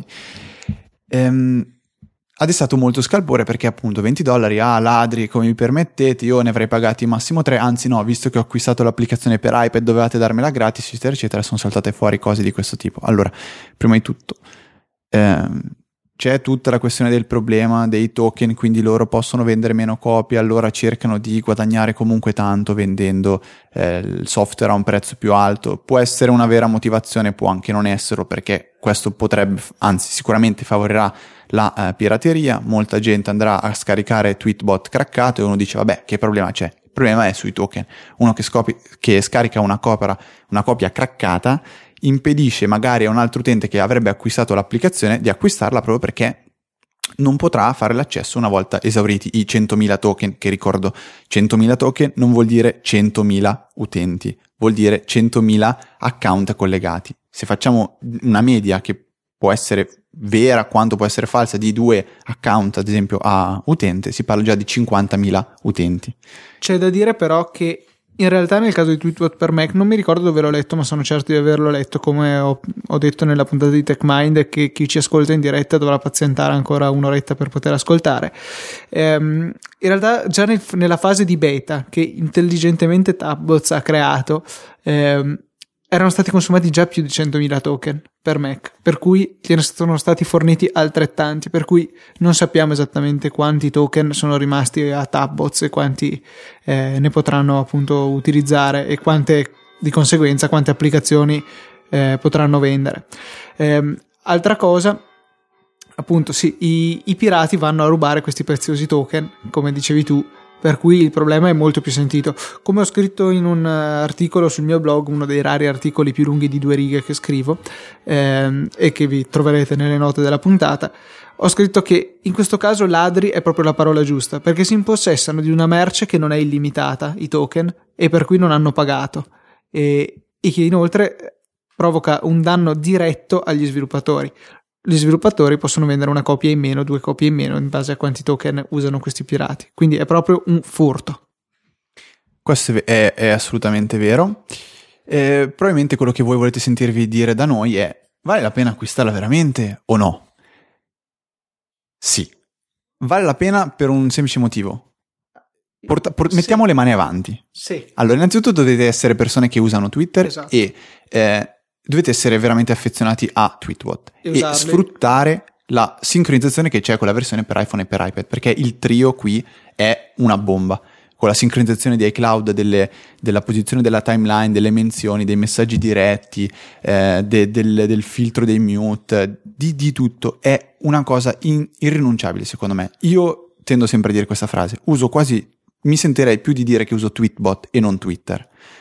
Speaker 2: Ehm Ha destato molto scalpore perché appunto venti dollari, ah ladri, come mi permettete, io ne avrei pagati massimo tre, anzi no, visto che ho acquistato l'applicazione per iPad dovevate darmela gratis, eccetera eccetera, sono saltate fuori cose di questo tipo. Allora, prima di tutto ehm, c'è tutta la questione del problema dei token, quindi loro possono vendere meno copie, allora cercano di guadagnare comunque tanto vendendo eh, il software a un prezzo più alto. Può essere una vera motivazione, può anche non esserlo, perché questo potrebbe, anzi sicuramente favorirà la uh, pirateria. Molta gente andrà a scaricare Tweetbot craccato e uno dice vabbè, che problema c'è? Il problema è sui token. Uno che, scopi, che scarica una copia, una copia craccata impedisce magari a un altro utente che avrebbe acquistato l'applicazione di acquistarla proprio perché non potrà fare l'accesso una volta esauriti i centomila token, che ricordo, centomila token non vuol dire centomila utenti, vuol dire centomila account collegati. Se facciamo una media che può essere vera quanto può essere falsa di due account ad esempio a utente, si parla già di cinquantamila utenti.
Speaker 1: C'è da dire però che In realtà nel caso di Tweetbot per Mac non mi ricordo dove l'ho letto, ma sono certo di averlo letto, come ho, ho detto nella puntata di TechMind, che chi ci ascolta in diretta dovrà pazientare ancora un'oretta per poter ascoltare. Ehm, in realtà già nel, nella fase di beta che intelligentemente Tabbots ha creato, ehm, erano stati consumati già più di centomila token per Mac, per cui ne sono stati forniti altrettanti, per cui non sappiamo esattamente quanti token sono rimasti a Tabbots e quanti eh, ne potranno appunto utilizzare e quante, di conseguenza, quante applicazioni eh, potranno vendere. Eh, altra cosa, appunto, sì, i, i pirati vanno a rubare questi preziosi token, come dicevi tu, per cui il problema è molto più sentito. Come ho scritto in un articolo sul mio blog, uno dei rari articoli più lunghi di due righe che scrivo ehm, e che vi troverete nelle note della puntata, ho scritto che in questo caso ladri è proprio la parola giusta, perché si impossessano di una merce che non è illimitata, i token, e per cui non hanno pagato, e, e che inoltre provoca un danno diretto agli sviluppatori. Gli sviluppatori possono vendere una copia in meno, due copie in meno, in base a quanti token usano questi pirati. Quindi è proprio un furto.
Speaker 2: Questo è, è assolutamente vero. Eh, probabilmente quello che voi volete sentirvi dire da noi è: vale la pena acquistarla veramente o no? Sì. Vale la pena per un semplice motivo. Porta, por- sì. Mettiamo le mani avanti.
Speaker 1: Sì.
Speaker 2: Allora, innanzitutto dovete essere persone che usano Twitter, esatto. e... Eh, dovete essere veramente affezionati a Tweetbot e, e sfruttare la sincronizzazione che c'è con la versione per iPhone e per iPad, perché il trio qui è una bomba, con la sincronizzazione di iCloud, delle, della posizione della timeline, delle menzioni, dei messaggi diretti, eh, de, del, del filtro dei mute, di, di tutto. È una cosa in, irrinunciabile secondo me. Io tendo sempre a dire questa frase, uso quasi, mi sentirei più di dire che uso Tweetbot e non Twitter.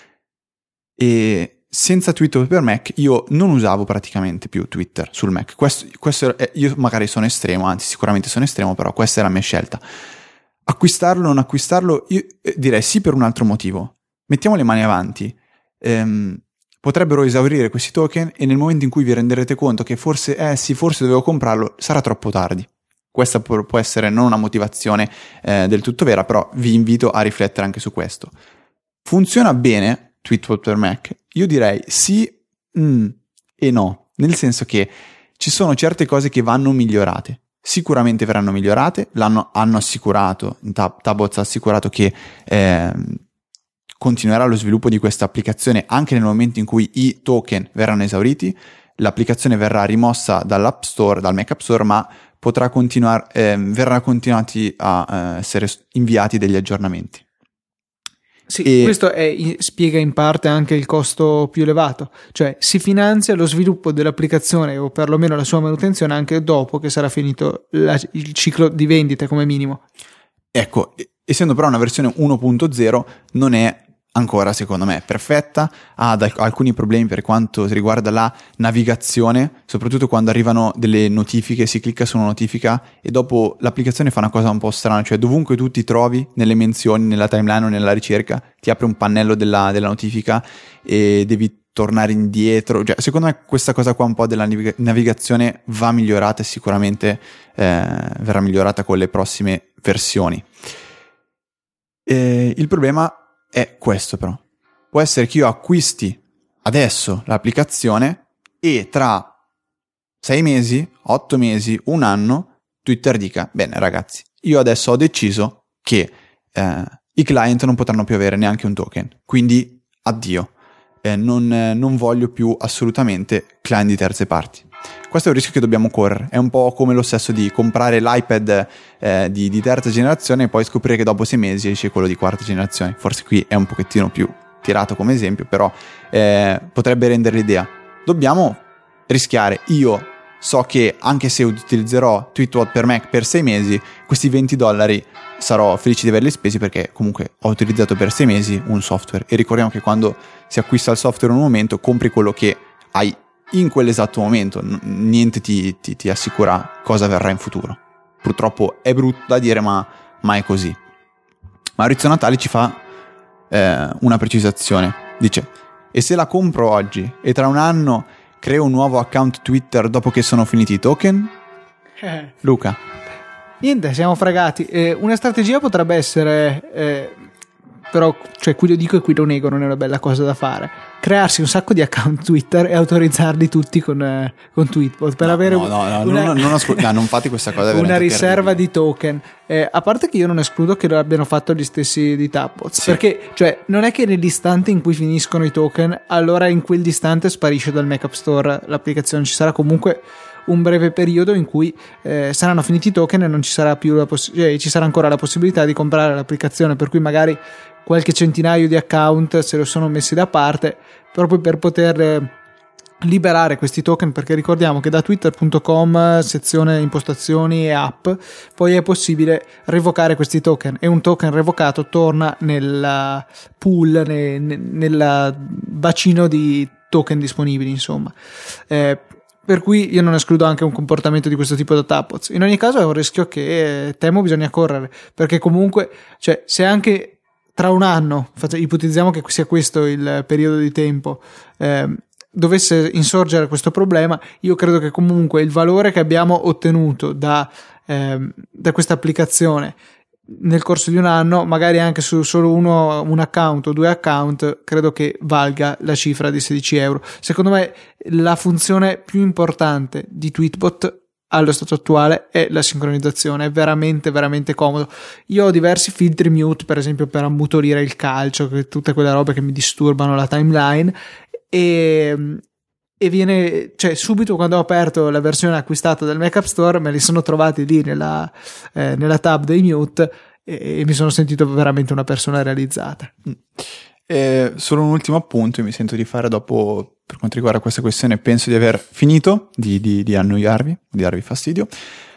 Speaker 2: E senza Twitter per Mac io non usavo praticamente più Twitter sul Mac. Questo, questo è, io magari sono estremo, anzi sicuramente sono estremo, però questa è la mia scelta. Acquistarlo o non acquistarlo, io direi sì per un altro motivo. Mettiamo le mani avanti. Ehm, potrebbero esaurire questi token e nel momento in cui vi renderete conto che forse, eh sì, forse dovevo comprarlo, sarà troppo tardi. Questa può, può essere non una motivazione eh, del tutto vera, però vi invito a riflettere anche su questo. Funziona bene Tweetbot per Mac? Io direi sì mm, e no, nel senso che ci sono certe cose che vanno migliorate, sicuramente verranno migliorate, l'hanno hanno assicurato, Tab- Tabbots ha assicurato che eh, continuerà lo sviluppo di questa applicazione anche nel momento in cui i token verranno esauriti, l'applicazione verrà rimossa dall'App Store, dal Mac App Store, ma potrà continuare, eh, verrà continuati a eh, essere inviati degli aggiornamenti.
Speaker 1: Sì, e questo è, spiega in parte anche il costo più elevato, cioè si finanzia lo sviluppo dell'applicazione o perlomeno la sua manutenzione anche dopo che sarà finito la, il ciclo di vendite come minimo.
Speaker 2: Ecco, essendo però una versione uno punto zero non è ancora secondo me perfetta, ha alcuni problemi per quanto riguarda la navigazione, soprattutto quando arrivano delle notifiche, si clicca su una notifica e dopo l'applicazione fa una cosa un po' strana, cioè dovunque tu ti trovi, nelle menzioni, nella timeline o nella ricerca, ti apre un pannello della, della notifica e devi tornare indietro. Cioè, secondo me questa cosa qua un po' della navigazione va migliorata e sicuramente eh, verrà migliorata con le prossime versioni. E il problema è questo però. Può essere che io acquisti adesso l'applicazione e tra sei mesi, otto mesi, un anno, Twitter dica: bene ragazzi, io adesso ho deciso che eh, i client non potranno più avere neanche un token, quindi addio, eh, non, eh, non voglio più assolutamente client di terze parti. Questo è un rischio che dobbiamo correre, è un po' come lo stesso di comprare l'iPad eh, di, di terza generazione e poi scoprire che dopo sei mesi esce quello di quarta generazione. Forse qui è un pochettino più tirato come esempio, però eh, potrebbe rendere l'idea. Dobbiamo rischiare. Io so che anche se utilizzerò Tweetbot per Mac per sei mesi, questi venti dollari sarò felice di averli spesi perché comunque ho utilizzato per sei mesi un software. E ricordiamo che quando si acquista il software in un momento, compri quello che hai in quell'esatto momento, niente ti, ti, ti assicura cosa verrà in futuro. Purtroppo è brutto da dire, ma, ma è così. Maurizio Natali ci fa eh, una precisazione, dice: e se la compro oggi e tra un anno creo un nuovo account Twitter dopo che sono finiti i token?
Speaker 1: Eh.
Speaker 2: Luca?
Speaker 1: Niente, siamo fregati. Eh, una strategia potrebbe essere eh, però cioè qui lo dico e qui lo nego, non è una bella cosa da fare, crearsi un sacco di account Twitter e autorizzarli tutti con, eh, con Tweetbot per
Speaker 2: no,
Speaker 1: avere
Speaker 2: no, no, no,
Speaker 1: una,
Speaker 2: non, non, ascol- no, non fate questa cosa,
Speaker 1: una riserva
Speaker 2: terribile.
Speaker 1: di token, eh, a parte che io non escludo che lo abbiano fatto gli stessi di Tapbots, sì. Perché cioè non è che nell'istante in cui finiscono i token allora in quell'istante sparisce dal Mac App Store l'applicazione, ci sarà comunque un breve periodo in cui eh, saranno finiti i token e non ci sarà più la poss- cioè, ci sarà ancora la possibilità di comprare l'applicazione, per cui magari qualche centinaio di account se lo sono messi da parte proprio per poter eh, liberare questi token, perché ricordiamo che da twitter punto com sezione impostazioni e app poi è possibile revocare questi token e un token revocato torna nel pool ne, ne, nel bacino di token disponibili, insomma. eh, Per cui io non escludo anche un comportamento di questo tipo da Tapbots. In ogni caso è un rischio che temo bisogna correre, perché comunque, cioè, se anche tra un anno, ipotizziamo che sia questo il periodo di tempo, eh, dovesse insorgere questo problema, io credo che comunque il valore che abbiamo ottenuto da, eh, da questa applicazione nel corso di un anno, magari anche su solo uno un account o due account, credo che valga la cifra di sedici euro. Secondo me la funzione più importante di Tweetbot allo stato attuale è la sincronizzazione, è veramente veramente comodo. Io ho diversi filtri mute, per esempio per ammutolire il calcio, che tutte quelle robe che mi disturbano la timeline, e e viene, cioè subito quando ho aperto la versione acquistata del Mac App Store me li sono trovati lì nella, eh, nella tab dei mute e, e mi sono sentito veramente una persona realizzata.
Speaker 2: Eh, solo un ultimo appunto mi sento di fare dopo, per quanto riguarda questa questione. Penso di aver finito di, di, di annoiarvi, di darvi fastidio.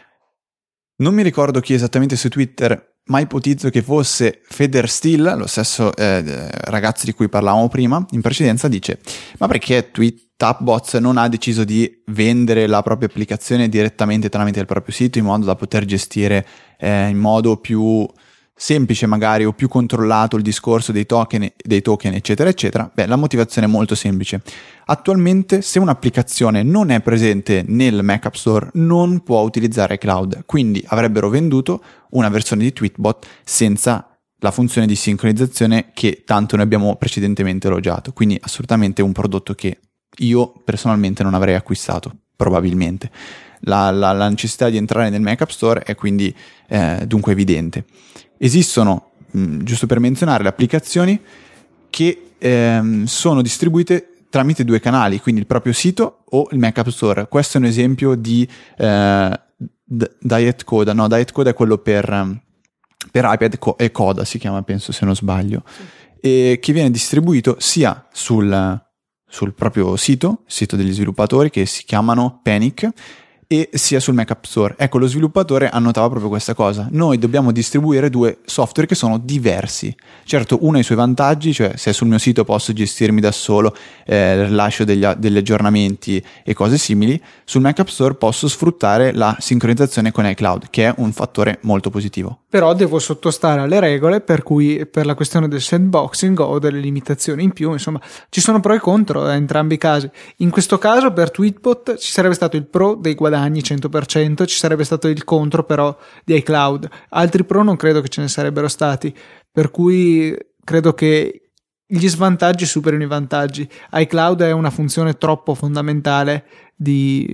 Speaker 2: Non mi ricordo chi esattamente su Twitter, ma ipotizzo che fosse Federstill, lo stesso eh, ragazzo di cui parlavamo prima in precedenza, dice: ma perché Tweet Tapbots non ha deciso di vendere la propria applicazione direttamente tramite il proprio sito, in modo da poter gestire eh, in modo più semplice magari o più controllato il discorso dei token, dei token eccetera eccetera? Beh, la motivazione è molto semplice. Attualmente se un'applicazione non è presente nel Mac App Store non può utilizzare iCloud, quindi avrebbero venduto una versione di Tweetbot senza la funzione di sincronizzazione che tanto noi abbiamo precedentemente elogiato, quindi assolutamente un prodotto che io personalmente non avrei acquistato, probabilmente. La, la, la necessità di entrare nel Mac App Store è quindi eh, dunque evidente. Esistono, mh, giusto per menzionare, le applicazioni che ehm, sono distribuite tramite due canali, quindi il proprio sito o il Mac App Store. Questo è un esempio di eh, D- Diet Coda, no, Diet Coda è quello per, per iPad co- e Coda si chiama, penso, se non sbaglio, sì. E che viene distribuito sia sul sul proprio sito, sito degli sviluppatori, che si chiamano Panic, e sia sul Mac App Store. Ecco, lo sviluppatore annotava proprio questa cosa: noi dobbiamo distribuire due software che sono diversi. Certo, uno ha i suoi vantaggi, cioè se sul mio sito posso gestirmi da solo eh, il rilascio degli, degli aggiornamenti e cose simili, sul Mac App Store posso sfruttare la sincronizzazione con iCloud, che è un fattore molto positivo.
Speaker 1: Però devo sottostare alle regole, per cui per la questione del sandboxing ho delle limitazioni in più. Insomma, ci sono pro e contro a entrambi i casi. In questo caso per Tweetbot ci sarebbe stato il pro dei guadagni cento per cento, ci sarebbe stato il contro però di iCloud. Altri pro non credo che ce ne sarebbero stati, per cui credo che gli svantaggi superino i vantaggi. iCloud è una funzione troppo fondamentale di,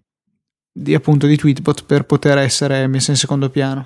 Speaker 1: di appunto di Tweetbot per poter essere messa in secondo piano.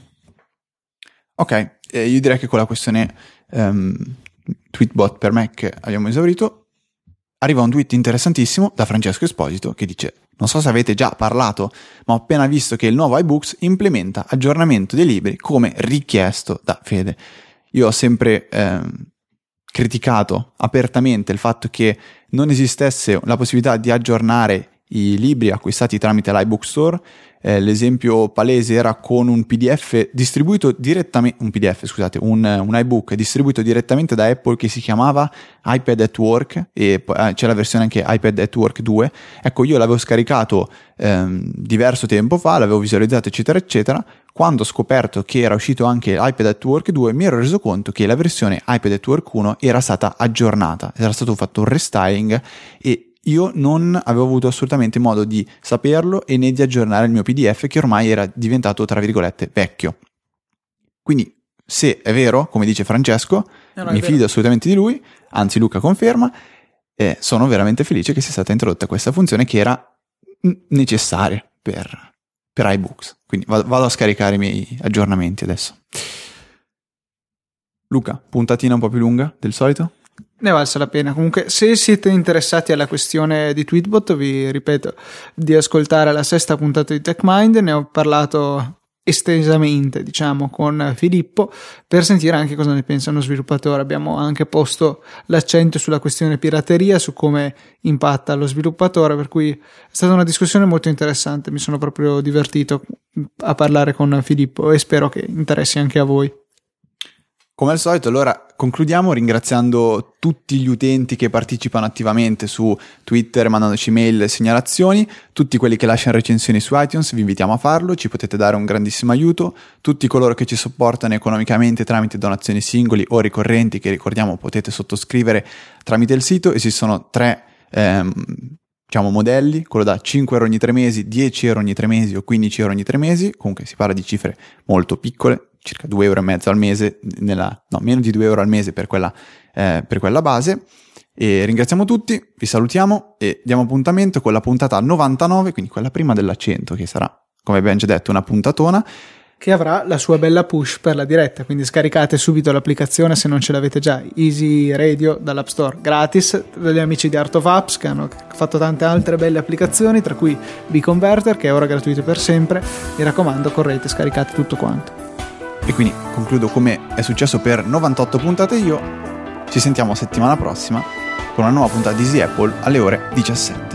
Speaker 2: Ok, eh, io direi che con la questione um, Tweetbot per Mac abbiamo esaurito. Arriva un tweet interessantissimo da Francesco Esposito che dice: non so se avete già parlato, ma ho appena visto che il nuovo iBooks implementa aggiornamento dei libri come richiesto da Fede. Io ho sempre ehm, criticato apertamente il fatto che non esistesse la possibilità di aggiornare i libri acquistati tramite l'iBook Store. Eh, l'esempio palese era con un P D F distribuito direttamente, un P D F scusate, un, un iBook distribuito direttamente da Apple che si chiamava iPad at Work, e eh, c'è la versione anche iPad at Work due. Ecco, io l'avevo scaricato ehm, diverso tempo fa, l'avevo visualizzato eccetera eccetera. Quando ho scoperto che era uscito anche iPad at Work due mi ero reso conto che la versione iPad at Work uno era stata aggiornata, era stato fatto un restyling e io non avevo avuto assolutamente modo di saperlo e né di aggiornare il mio P D F che ormai era diventato tra virgolette vecchio. Quindi se è vero, come dice Francesco,
Speaker 1: no, no,
Speaker 2: mi fido assolutamente di lui, anzi Luca conferma, e sono veramente felice che sia stata introdotta questa funzione che era necessaria per, per iBooks. Quindi vado, vado a scaricare i miei aggiornamenti adesso. Luca, puntatina un po' più lunga del solito?
Speaker 1: Ne valsa la pena. Comunque, se siete interessati alla questione di Tweetbot, vi ripeto di ascoltare la sesta puntata di TechMind. Ne ho parlato estesamente, diciamo, con Filippo, per sentire anche cosa ne pensa uno sviluppatore. Abbiamo anche posto l'accento sulla questione pirateria, su come impatta lo sviluppatore, per cui è stata una discussione molto interessante. Mi sono proprio divertito a parlare con Filippo e spero che interessi anche a voi.
Speaker 2: Come al solito, allora concludiamo ringraziando tutti gli utenti che partecipano attivamente su Twitter, mandandoci mail e segnalazioni, tutti quelli che lasciano recensioni su iTunes, vi invitiamo a farlo, ci potete dare un grandissimo aiuto, tutti coloro che ci supportano economicamente tramite donazioni singoli o ricorrenti, che ricordiamo potete sottoscrivere tramite il sito. Esistono tre ehm, diciamo modelli, quello da cinque euro ogni tre mesi, dieci euro ogni tre mesi o quindici euro ogni tre mesi, comunque si parla di cifre molto piccole, circa due euro e mezzo al mese, nella, no, meno di due euro al mese per quella, eh, per quella base. E ringraziamo tutti, vi salutiamo e diamo appuntamento con la puntata novantanove, quindi quella prima dell'accento, che sarà, come abbiamo già detto, una puntatona,
Speaker 1: che avrà la sua bella push per la diretta, quindi scaricate subito l'applicazione se non ce l'avete già, Easy Radio dall'App Store, gratis, dagli amici di Art of Apps che hanno fatto tante altre belle applicazioni, tra cui B-Converter, che è ora gratuito per sempre. Mi raccomando, correte, scaricate tutto quanto.
Speaker 2: E quindi concludo come è successo per novantotto puntate io. Ci sentiamo settimana prossima con una nuova puntata di Easy Apple alle ore diciassette.